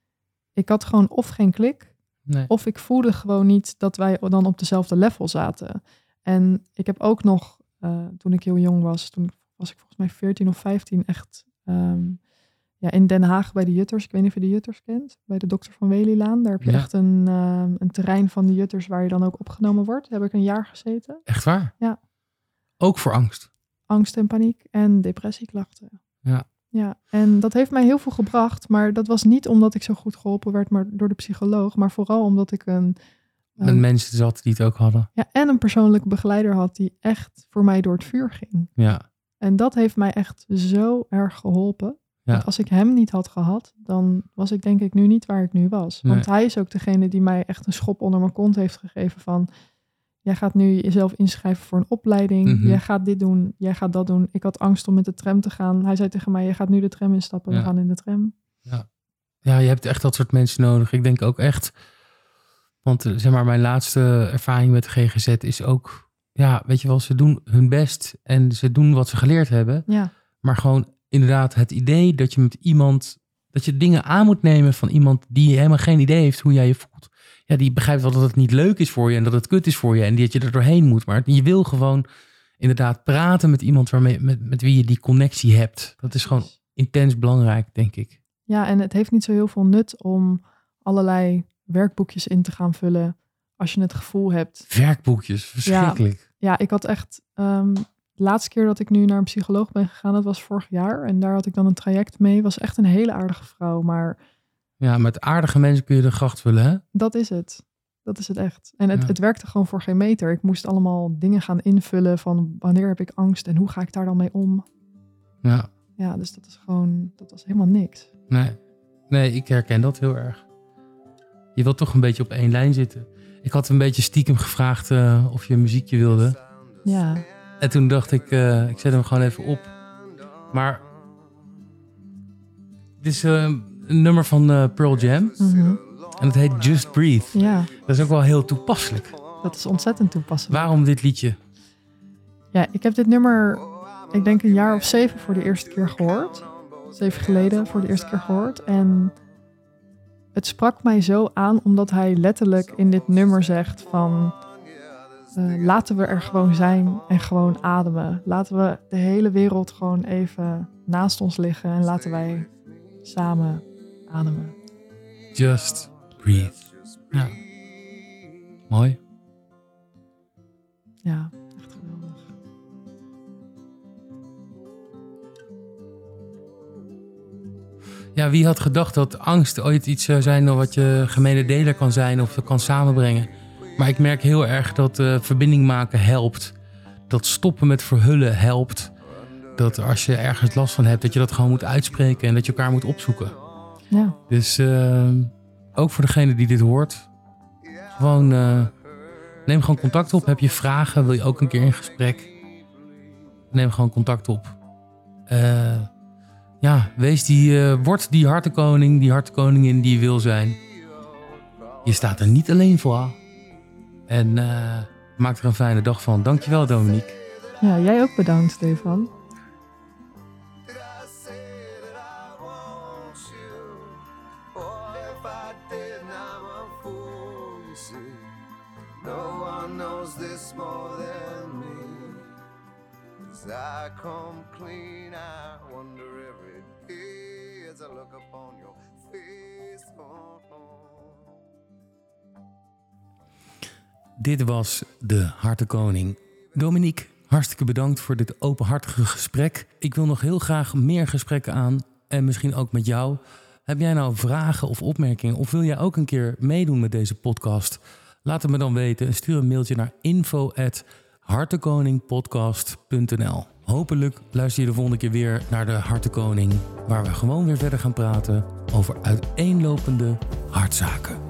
ik had gewoon of geen klik, nee. of ik voelde gewoon niet dat wij dan op dezelfde level zaten. En ik heb ook nog, uh, toen ik heel jong was, toen was ik volgens mij veertien of vijftien, echt um, ja, in Den Haag bij de Jutters. Ik weet niet of je de Jutters kent, bij de dokter Van Welylaan. Daar heb je ja. echt een, uh, een terrein van de Jutters waar je dan ook opgenomen wordt. Daar heb ik een jaar gezeten. Echt waar? Ja. Ook voor angst? Angst en paniek en depressieklachten. Ja. Ja, en dat heeft mij heel veel gebracht. Maar dat was niet omdat ik zo goed geholpen werd maar door de psycholoog. Maar vooral omdat ik een... Met um, mensen zat die het ook hadden. Ja, en een persoonlijke begeleider had die echt voor mij door het vuur ging. Ja. En dat heeft mij echt zo erg geholpen. Ja. Want als ik hem niet had gehad, dan was ik denk ik nu niet waar ik nu was. Want nee. hij is ook degene die mij echt een schop onder mijn kont heeft gegeven van... Jij gaat nu jezelf inschrijven voor een opleiding. Mm-hmm. Jij gaat dit doen, jij gaat dat doen. Ik had angst om met de tram te gaan. Hij zei tegen mij, je gaat nu de tram instappen. Ja. We gaan in de tram. Ja. ja, je hebt echt dat soort mensen nodig. Ik denk ook echt... Want zeg maar, mijn laatste ervaring met de G G Z is ook... Ja, weet je wel, ze doen hun best en ze doen wat ze geleerd hebben. Ja. Maar gewoon... Inderdaad, het idee dat je met iemand, dat je dingen aan moet nemen van iemand die helemaal geen idee heeft hoe jij je voelt. Ja, die begrijpt wel dat het niet leuk is voor je en dat het kut is voor je en dat je er doorheen moet. Maar je wil gewoon inderdaad praten met iemand waarmee, met, met wie je die connectie hebt. Dat is gewoon intens belangrijk, denk ik. Ja, en het heeft niet zo heel veel nut om allerlei werkboekjes in te gaan vullen als je het gevoel hebt. Werkboekjes, verschrikkelijk. Ja, ja ik had echt... Um, De laatste keer dat ik nu naar een psycholoog ben gegaan, dat was vorig jaar. En daar had ik dan een traject mee. Was echt een hele aardige vrouw, maar... Ja, met aardige mensen kun je de gracht vullen, hè? Dat is het. Dat is het echt. En het, ja. het werkte gewoon voor geen meter. Ik moest allemaal dingen gaan invullen van wanneer heb ik angst en hoe ga ik daar dan mee om. Ja. Ja, dus dat is gewoon... Dat was helemaal niks. Nee. Nee, ik herken dat heel erg. Je wilt toch een beetje op één lijn zitten. Ik had een beetje stiekem gevraagd uh, of je een muziekje wilde. Ja. En toen dacht ik, uh, ik zet hem gewoon even op. Maar dit is uh, een nummer van uh, Pearl Jam. Mm-hmm. En het heet Just Breathe. Ja. Dat is ook wel heel toepasselijk. Dat is ontzettend toepasselijk. Waarom dit liedje? Ja, ik heb dit nummer ik denk een jaar of zeven voor de eerste keer gehoord. Zeven geleden voor de eerste keer gehoord. En het sprak mij zo aan omdat hij letterlijk in dit nummer zegt van... Uh, laten we er gewoon zijn en gewoon ademen. Laten we de hele wereld gewoon even naast ons liggen en laten wij samen ademen. Just breathe. Ja. Mooi. Ja, echt geweldig. Ja, wie had gedacht dat angst ooit iets zou zijn wat je gemene deler kan zijn of kan samenbrengen. Maar ik merk heel erg dat uh, verbinding maken helpt. Dat stoppen met verhullen helpt. Dat als je ergens last van hebt, dat je dat gewoon moet uitspreken en dat je elkaar moet opzoeken. Ja. Dus uh, ook voor degene die dit hoort, gewoon uh, neem gewoon contact op. Heb je vragen, wil je ook een keer in gesprek? Neem gewoon contact op. Uh, ja, wees die, uh, word die hartenkoning, die hartenkoningin die je wil zijn. Je staat er niet alleen voor. En uh, maak er een fijne dag van. Dankjewel, Dominique. Ja, jij ook bedankt, Stefan. Dit was de Hartenkoning. Dominique, hartstikke bedankt voor dit openhartige gesprek. Ik wil nog heel graag meer gesprekken aan en misschien ook met jou. Heb jij nou vragen of opmerkingen of wil jij ook een keer meedoen met deze podcast? Laat het me dan weten. Stuur een mailtje naar info at hartenkoningpodcast punt n l. Hopelijk luister je de volgende keer weer naar de Hartenkoning, waar we gewoon weer verder gaan praten over uiteenlopende hartzaken.